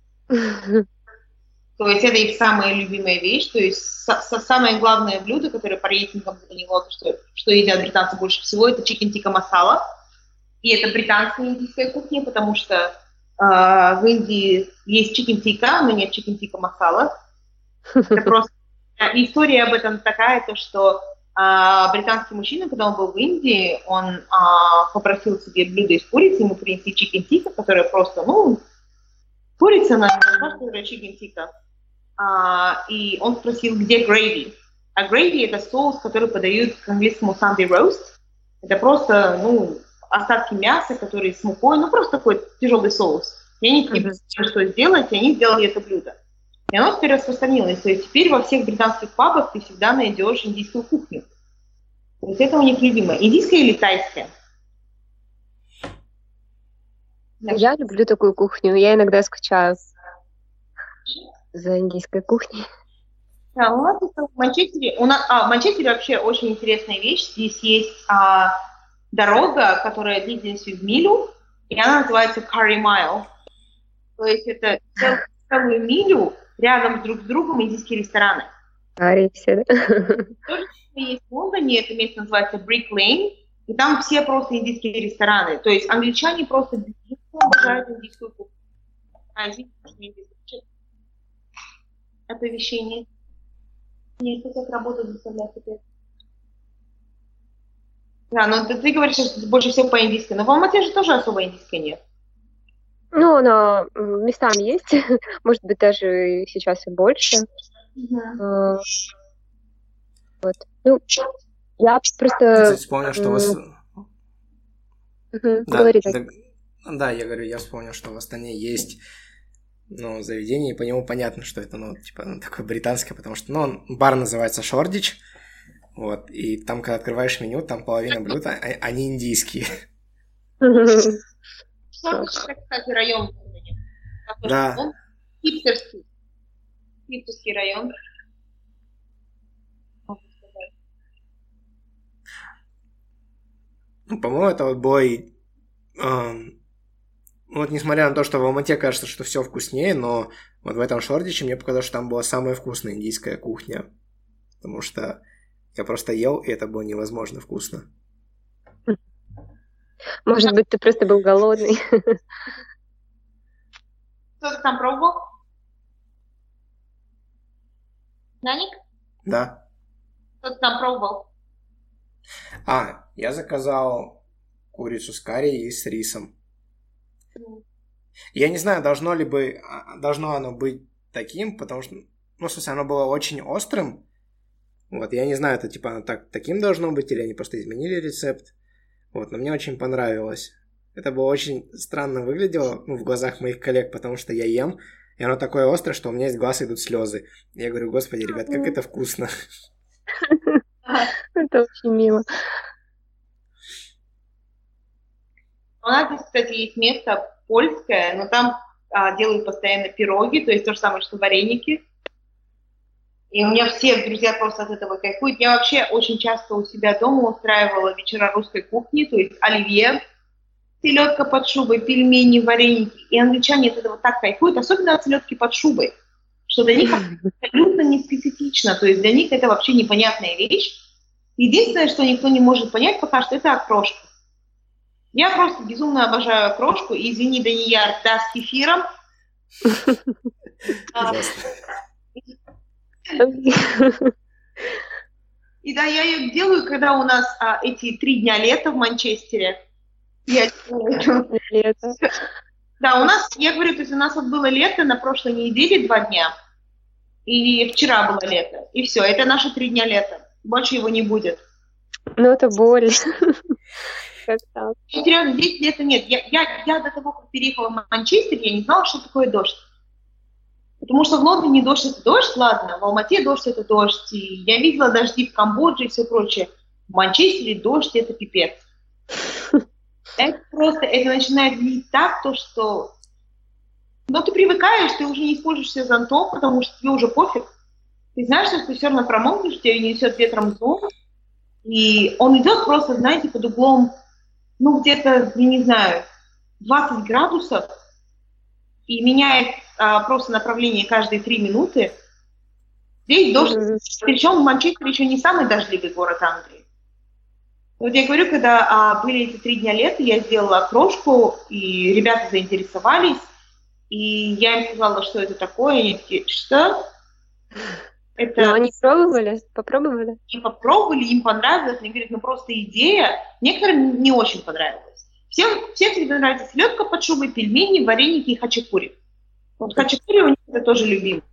То есть это их самая любимая вещь. То есть со- со- самое главное блюдо, которое по рейтингам заняло, что, что едят британцы больше всего, это чикен тикка масала. И это британская индийская кухня, потому что э, в Индии есть чикен тикка, но нет чикен тикка масала. Это просто история об этом такая, то что э, британский мужчина, когда он был в Индии, он э, попросил себе блюдо из курицы, ему принесли чикен тикка, которая просто, ну, курица на которая чикен тикка. Uh, и он спросил, где грейви. А грейви — это соус, который подают к английскому Sunday roast. Это просто, ну, остатки мяса, которые с мукой, ну, просто такой тяжелый соус. И они не знали, что сделать, и они сделали это блюдо. И оно теперь распространилось. То есть теперь во всех британских пабах ты всегда найдешь индийскую кухню. То есть это у них любимое. Индийская или тайская? Я люблю такую кухню. Я иногда скучаю за индийской кухней. Да, у нас в Манчестере, у нас, а, в Манчестере вообще очень интересная вещь. Здесь есть а, дорога, которая длительностью в милю, и она называется Curry Mile. То есть это цел, целую милю рядом друг с другом индийские рестораны. Карри все, да? То же самое есть в Лондоне, это место называется Brick Lane, и там все просто индийские рестораны. То есть англичане просто обожают индийскую кухню. А индийскую кухню оповещение. Нет, как работу заставлять теперь. Да, но ты, ты говоришь, что больше всего по-индийски. Но в Алмате же тоже особо индийской нет. Ну, она местами есть. Может быть, даже сейчас и больше. Uh-huh. Вот. Ну, я просто... Я вспомнил, что у вас... Uh-huh. Да, Говори, да, да, я говорю, я вспомнил, что в Астане есть... Ну, заведение, и по нему понятно, что это, ну, типа, ну, такое британское, потому что, ну, бар называется Шордич, вот, и там, когда открываешь меню, там половина блюд, а, они индийские. Шордич, это, кстати, район. Да. Он хипстерский. Хипстерский район. Ну, по-моему, это вот бой... Вот несмотря на то, что в Алмате кажется, что все вкуснее, но вот в этом Шордиче мне показалось, что там была самая вкусная индийская кухня. Потому что я просто ел, и это было невозможно вкусно. Может быть, ты просто был голодный. Кто ты там пробовал? Наник? Да. Кто ты там пробовал? А, я заказал курицу с карри и с рисом. Я не знаю, должно ли бы, должно оно быть таким, потому что, ну, в смысле, оно было очень острым. Вот, я не знаю, это типа оно так, таким должно быть, или они просто изменили рецепт. Вот, но мне очень понравилось. Это было очень странно выглядело, ну, в глазах моих коллег, потому что я ем, и оно такое острое, что у меня из глаз идут слезы. Я говорю, господи, ребят, как это вкусно. Это очень мило. У нас здесь, кстати, есть место польское, но там а, делают постоянно пироги, то есть то же самое, что вареники. И у меня все друзья просто от этого кайфуют. Я вообще очень часто у себя дома устраивала вечера русской кухни, то есть оливье, селедка под шубой, пельмени, вареники. И англичане от этого так кайфуют, особенно от селедки под шубой, что для них абсолютно не специфично, то есть для них это вообще непонятная вещь. Единственное, что никто не может понять пока что, это окрошка. Я просто безумно обожаю окрошку. И, извини, Данияр, да, с кефиром. И да, я ее делаю, когда у нас а, эти три дня лета в Манчестере. Я делаю Лето. Да, у нас, я говорю, то есть у нас вот было лето на прошлой неделе два дня, и вчера было лето, и все, это наши три дня лета, больше его не будет. Ну, это боль. Как так? Серьезно, здесь лета нет. Я, я, я до того, как переехала в Манчестер, я не знала, что такое дождь. Потому что в Лондоне дождь — это дождь, ладно, в Алмате дождь — это дождь, и я видела дожди в Камбодже и все прочее. В Манчестере дождь — это пипец. Это просто, это начинает лить так, то что... Но ты привыкаешь, ты уже не используешь зонтом, потому что тебе уже пофиг. Ты знаешь, что ты все равно промокнешь, тебя несет ветром зон, и он идет просто, знаете, под углом, ну, где-то, я не знаю, двадцать градусов, и меняет а, просто направление каждые три минуты. Здесь дождь, mm-hmm. причем Манчестер еще не самый дождливый город Англии. Вот я говорю, когда а, были эти три дня лета, я сделала окрошку, и ребята заинтересовались, и я им сказала, что это такое, и они такие, что? Это... Ну, они пробовали? Попробовали? Они попробовали, им понравилось, они говорят, ну просто идея. Некоторым не очень понравилось. Всем, всем всегда нравится селедка под шубой, пельмени, вареники и хачапури. Вот хачапури у них это тоже любим.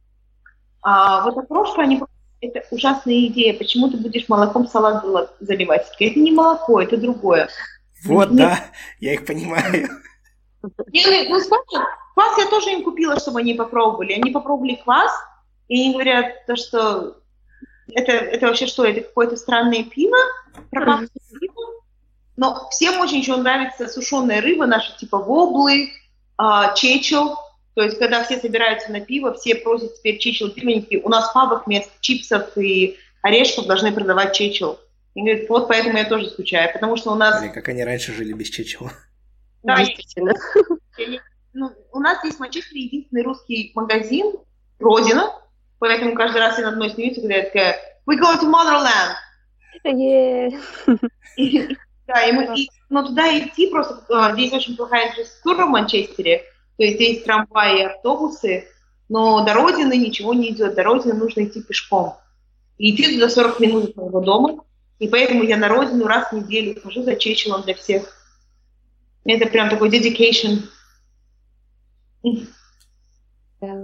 А вот окрошка, они это ужасная идея. Почему ты будешь молоком салат заливать? Это не молоко, это другое. Вот, Нет. да, я их понимаю. Делай, ну, смотри, квас я тоже им купила, чтобы они попробовали. Они попробовали квас, и они говорят, то, что это, это вообще что, это какое-то странное пиво, пропахшее пивом. Но всем очень еще нравится сушеная рыба, наши типа воблы, а, чечел. То есть, когда все собираются на пиво, все просят теперь чечел пивники. У нас в пабах вместо чипсов и орешков должны продавать чечел. И говорят, вот поэтому я тоже скучаю, потому что у нас... Блин, как они раньше жили без чечела. Да, действительно. Я, я, ну, у нас здесь в Манчестере единственный русский магазин, Родина, поэтому каждый раз я над мной смеются, когда я такая, we go to motherland. Yeah. И, да, и мы, и, но туда идти просто, здесь очень плохая инфраструктура в Манчестере, то есть здесь трамваи и автобусы, но до Родины ничего не идет, до Родины нужно идти пешком. И идти туда сорок минут от моего дома, и поэтому я на Родину раз в неделю хожу за чечелом для всех. Это прям такой dedication. Да.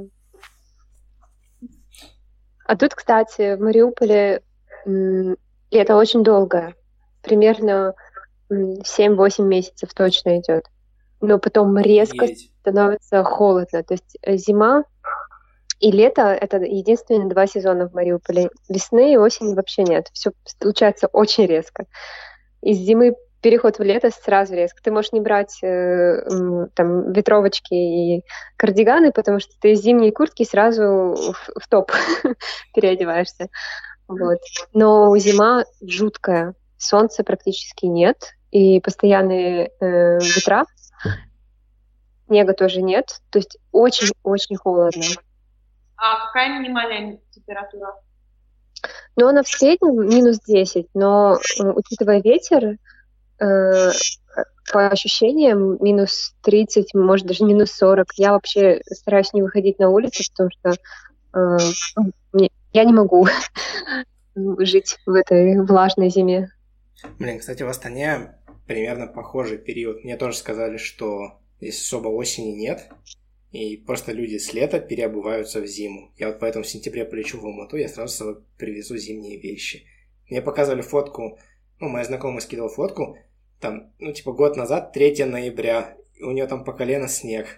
А тут, кстати, в Мариуполе м, лето очень долгое. Примерно семь-восемь месяцев точно идет. Но потом резко Есть. становится холодно. То есть зима и лето — это единственные два сезона в Мариуполе. Весны и осени вообще нет. Все случается очень резко. Из зимы переход в лето сразу резко. Ты можешь не брать э, там ветровочки и кардиганы, потому что ты из зимней куртки сразу в, в топ переодеваешься. Вот. Но зима жуткая. Солнца практически нет. И постоянные э, ветра. Снега тоже нет. То есть очень-очень холодно. А какая минимальная температура? Ну, она в среднем минус десять. Но, учитывая ветер, э, по ощущениям, минус тридцать, может, даже минус сорок. Я вообще стараюсь не выходить на улицу, потому что э, не, я не могу жить в этой влажной зиме. Блин, кстати, в Астане примерно похожий период. Мне тоже сказали, что здесь особо осени нет, и просто люди с лета переобуваются в зиму. Я вот поэтому в сентябре полечу в Алмату, я сразу с собой привезу зимние вещи. Мне показывали фотку, ну, моя знакомая скидывала фотку, там, ну, типа год назад, третьего ноября, и у нее там по колено снег.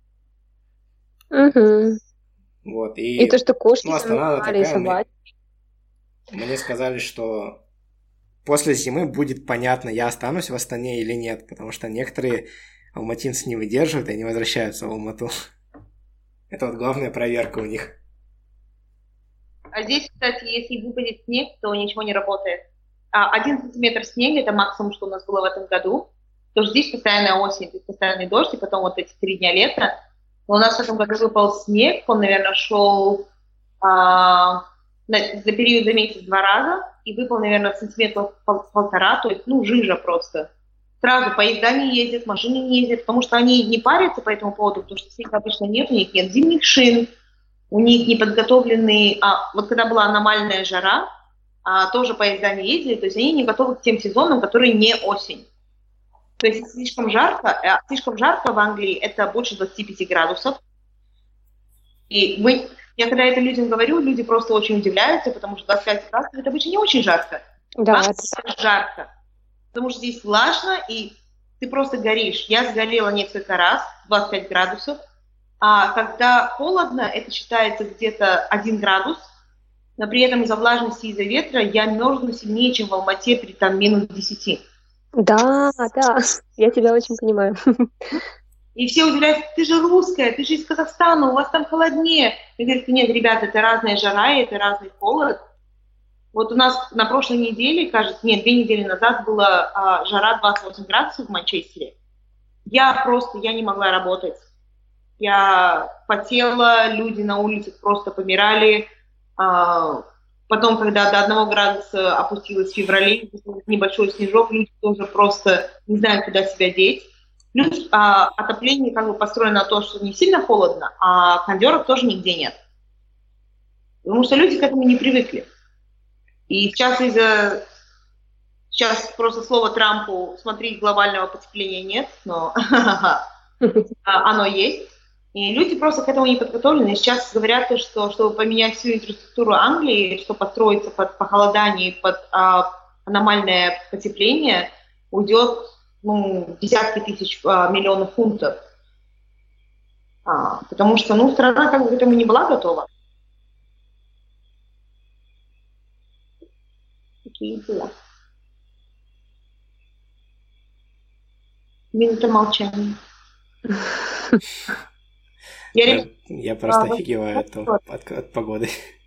Угу. Вот, и... И то, что кошки ну, Астана, она такая, собаки. Мне, мне сказали, что после зимы будет понятно, я останусь в Астане или нет, потому что некоторые алматинцы не выдерживают и не возвращаются в Алмату. Это вот главная проверка у них. А здесь, кстати, если выпадет снег, то ничего не работает. Один сантиметр снега — это максимум, что у нас было в этом году. Потому что здесь постоянная осень, здесь постоянный дождь, и потом вот эти три дня лета. Но у нас в этом году выпал снег, он, наверное, шел а, на, за период за месяц два раза, и выпал, наверное, сантиметров пол, полтора, то есть, ну, жижа просто. Сразу поезда не ездят, машины не ездят, потому что они не парятся по этому поводу, потому что снега обычно нет, у них нет зимних шин, у них не подготовлены... А, вот когда была аномальная жара, а, тоже поезда не ездили, то есть они не готовы к тем сезонам, которые не осень. То есть слишком жарко, а слишком жарко в Англии это больше двадцати пяти градусов. И мы, я когда это людям говорю, люди просто очень удивляются, потому что двадцать пять градусов это обычно не очень жарко. Да, это это... жарко. Потому что здесь влажно, и ты просто горишь. Я сгорела несколько раз, двадцать пять градусов. А когда холодно, это считается где-то один градус. Но при этом из-за влажности и из-за ветра я мерзну сильнее, чем в Алмате при там минус десяти. Да, да, я тебя очень понимаю. И все удивляются, ты же русская, ты же из Казахстана, у вас там холоднее. Я говорю, нет, ребята, это разная жара, и это разный холод. Вот у нас на прошлой неделе, кажется, нет, две недели назад была а, жара двадцать восемь градусов в Манчестере. Я просто, я не могла работать. Я потела, люди на улицах просто помирали. А, потом, когда до одного градуса опустилось в феврале, небольшой снежок, люди тоже просто не знают, куда себя деть. Плюс а, отопление как бы построено на то, что не сильно холодно, а кондеров тоже нигде нет. Потому что люди к этому не привыкли. И сейчас из-за... Сейчас просто слово Трампу «смотри, глобального потепления нет», но оно есть. И люди просто к этому не подготовлены. И сейчас говорят, что чтобы поменять всю инфраструктуру Англии, чтобы построиться под похолодание и под а, аномальное потепление, уйдет ну, десятки тысяч а, миллионов фунтов. А, потому что ну, страна как бы к этому не была готова. Такие дела. Минута молчания. Я, я просто а, офигеваю от, от, от погоды.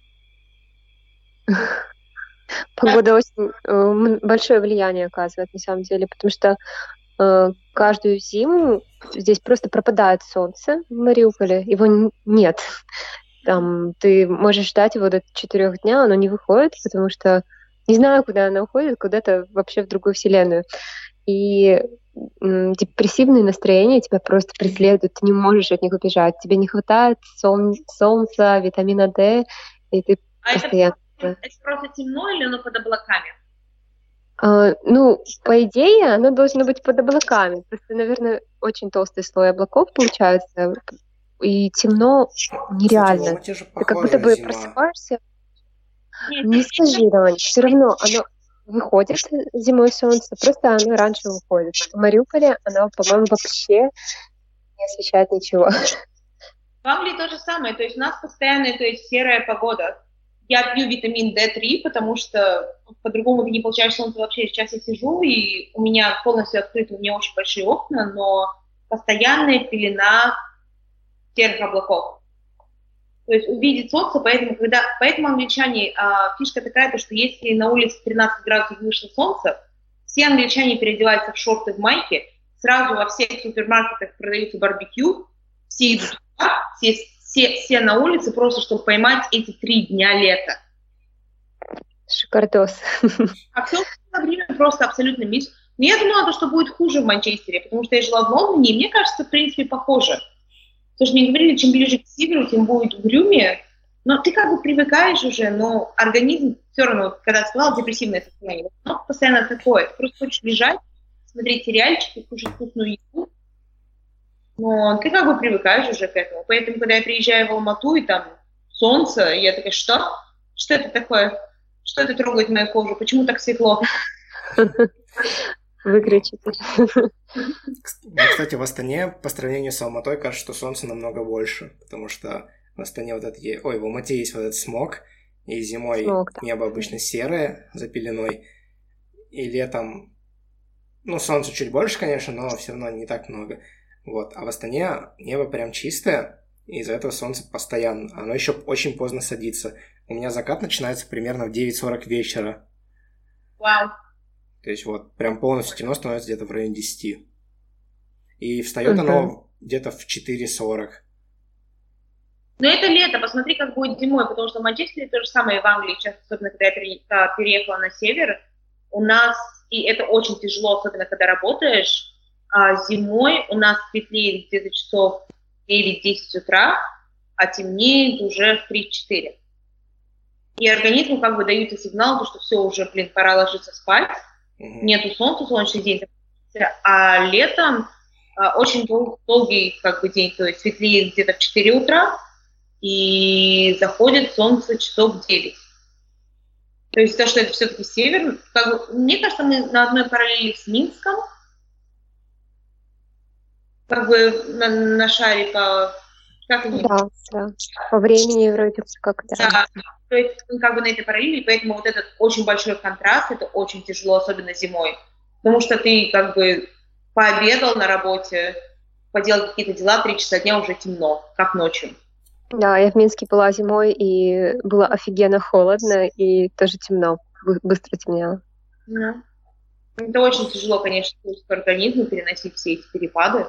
Погода очень э, большое влияние оказывает, на самом деле, потому что э, каждую зиму здесь просто пропадает солнце в Мариуполе, его нет. Там ты можешь ждать его до четырех дня, оно не выходит, потому что не знаю, куда оно уходит, куда-то вообще в другую вселенную. И м, депрессивные настроения тебя просто преследуют, ты не можешь от них убежать. Тебе не хватает сол- солнца, витамина D, и ты а постоянно... Это, это просто темно или оно под облаками? А, ну, по идее, оно должно быть под облаками. Просто, наверное, очень толстый слой облаков получается, и темно нереально. Кстати, ты как будто бы зима. просыпаешься. Не скажи, Роман, все равно оно выходит зимой солнце, просто оно раньше выходит. В Мариуполе оно, по-моему, вообще не освещает ничего. В Англии то же самое, то есть у нас постоянная, то есть серая погода. Я пью витамин дэ три, потому что по-другому ты не получаешь солнце вообще. Сейчас я сижу, и у меня полностью открыты, у меня очень большие окна, но постоянная пелена серых облаков. То есть увидеть солнце, поэтому, когда, поэтому англичане, а, фишка такая, то, что если на улице тринадцать градусов вышло солнце, все англичане переодеваются в шорты, в майки, сразу во всех супермаркетах продаются барбекю, все идут туда, все, все, все на улице просто, чтобы поймать эти три дня лета. Шикардос. А все время просто абсолютно мисс. Но я думала, что будет хуже в Манчестере, потому что я жила в Лондоне, и мне кажется, в принципе, похоже. Потому что мне говорили, чем ближе к северу, тем будет угрюмее. Но ты как бы привыкаешь уже, но организм все равно, когда ты сказала, депрессивное состояние, оно постоянно такое. Ты просто хочешь лежать, смотреть сериальчики, кушать вкусную еду. Но ты как бы привыкаешь уже к этому. Поэтому, когда я приезжаю в Алмату, и там солнце, я такая, что? Что это такое? Что это трогает мою кожу? Почему так светло? Выключите. Кстати, в Астане по сравнению с Алматой кажется, что солнца намного больше, потому что в Астане вот этот... Ой, в Алмате есть вот этот смог, и зимой смог, да. Небо обычно серое за пеленой, и летом... Ну, солнца чуть больше, конечно, но все равно не так много. Вот. А в Астане небо прям чистое, и из-за этого солнце постоянно. Оно еще очень поздно садится. У меня закат начинается примерно в девять сорок вечера. Вау. То есть вот прям полностью темно становится где-то в районе десяти. И встает uh-huh. оно где-то в четыре сорок. Но это лето, посмотри, как будет зимой, потому что в Манчестере то же самое в Англии. Сейчас, особенно когда я переехала на север, у нас и это очень тяжело, особенно когда работаешь. А зимой у нас светлеет где-то часов девять-десять утра, а темнеет уже в три-четыре. И организму как бы даются сигнал, что все, уже, блин, пора ложиться спать. Mm-hmm. Нету солнца, солнечный день. А летом а, очень дол- долгий как бы день, то есть светлеет где-то в четыре утра, и заходит солнце часов в девять. То есть то, что это все-таки север, как бы, мне кажется, мы на одной параллели с Минском, как бы на, на шаре по... Как да, да, по времени вроде как, да. Да, то есть мы как бы на этой параллели, поэтому вот этот очень большой контраст, это очень тяжело, особенно зимой. Потому что ты как бы пообедал на работе, поделал какие-то дела, три часа дня уже темно, как ночью. Да, я в Минске была зимой, и было офигенно холодно, и тоже темно, быстро темнело. Да. Это очень тяжело, конечно, организму переносить все эти перепады.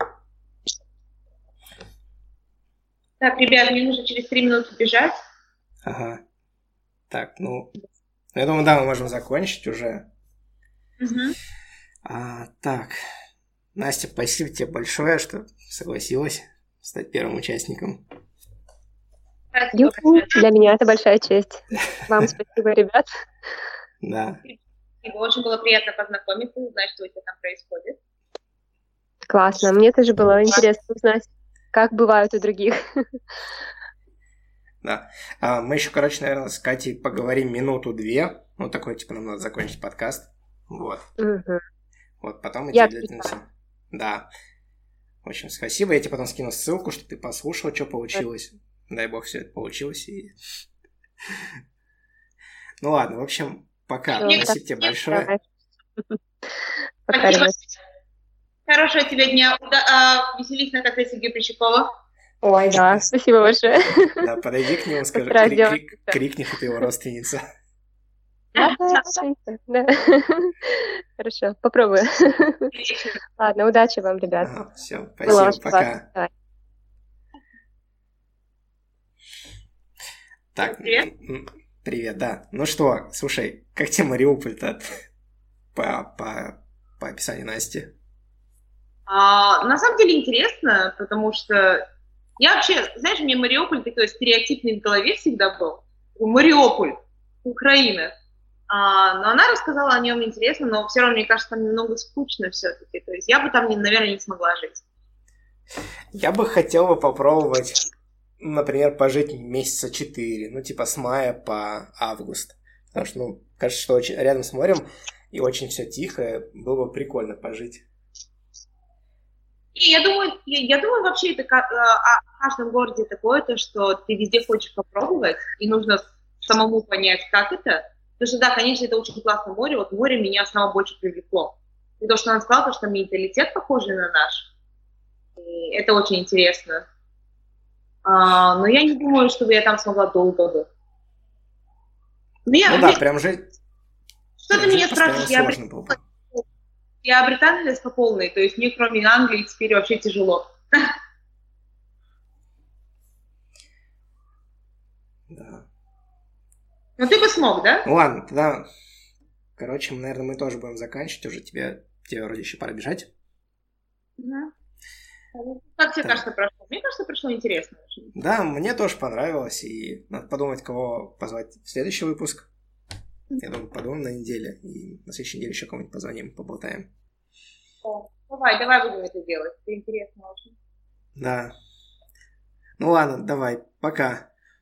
Так, ребят, мне нужно через три минуты бежать. Ага. Так, ну, я думаю, да, мы можем закончить уже. Угу. А, так, Настя, спасибо тебе большое, что согласилась стать первым участником. Спасибо. Для меня это большая честь. Вам спасибо, ребят. Да. Очень было приятно познакомиться, узнать, что у тебя там происходит. Классно. Мне тоже было интересно узнать, как бывают у других. Да. А, мы еще, короче, наверное, с Катей поговорим минуту-две. Ну, такой, типа, нам надо закончить подкаст. Вот. Угу. Вот, потом мы Я тебе делимся. Да. В общем, спасибо. Я тебе потом скину ссылку, что ты послушал, что получилось. Дай бог, все это получилось. И... Ну ладно, в общем, пока. Все, спасибо тебе большое. Пока, ребят. Хорошего тебе дня. А, веселись на кафе Сергея Прищепова. Ой, да, спасибо большое. Да, подойди к нему, скажи, крик, крик, крикни, что ты его родственница. Да, да. Хорошо, попробую. Ладно, удачи вам, ребят. Ага, все, спасибо, пока. Давай. Так, привет. Привет, да. Ну что, слушай, как тебе Мариуполь-то по, по, по описанию Насти? А, на самом деле интересно, потому что я вообще, знаешь, мне Мариуполь такой стереотипный в голове всегда был. Мариуполь, Украина. А, но она рассказала о нем интересно, но все равно, мне кажется, там немного скучно все-таки. То есть я бы там, наверное, не смогла жить. Я бы хотел бы попробовать, например, пожить месяца четыре, ну, типа с мая по август. Потому что, ну, кажется, что очень рядом с морем и очень все тихо, было бы прикольно пожить. И я думаю, я, я думаю, вообще это в каждом городе такое, то, что ты везде хочешь попробовать, и нужно самому понять, как это. Потому что, да, конечно, это очень классное море, вот море меня самое больше привлекло. И то, что она сказала, то, что менталитет похожий на наш, и это очень интересно. А, но я не думаю, чтобы я там смогла долго быть. Я, ну да, прям жить... Что ты меня спрашиваешь? Я, брит... я британец по полной, то есть мне кроме Англии теперь вообще тяжело. Да. Ну ты бы смог, да? Ну ладно, тогда... Короче, наверное, мы тоже будем заканчивать уже. Тебе, тебе вроде еще пора бежать. Угу. Как тебе так. кажется, прошло? Мне кажется, прошло интересно очень. Да, мне тоже понравилось, и надо подумать, кого позвать в следующий выпуск. Я думаю, подумаем на неделе, и на следующей неделе еще кому-нибудь позвоним, поболтаем. О, давай, давай будем это делать, это интересно очень. Да. Ну ладно, давай, пока.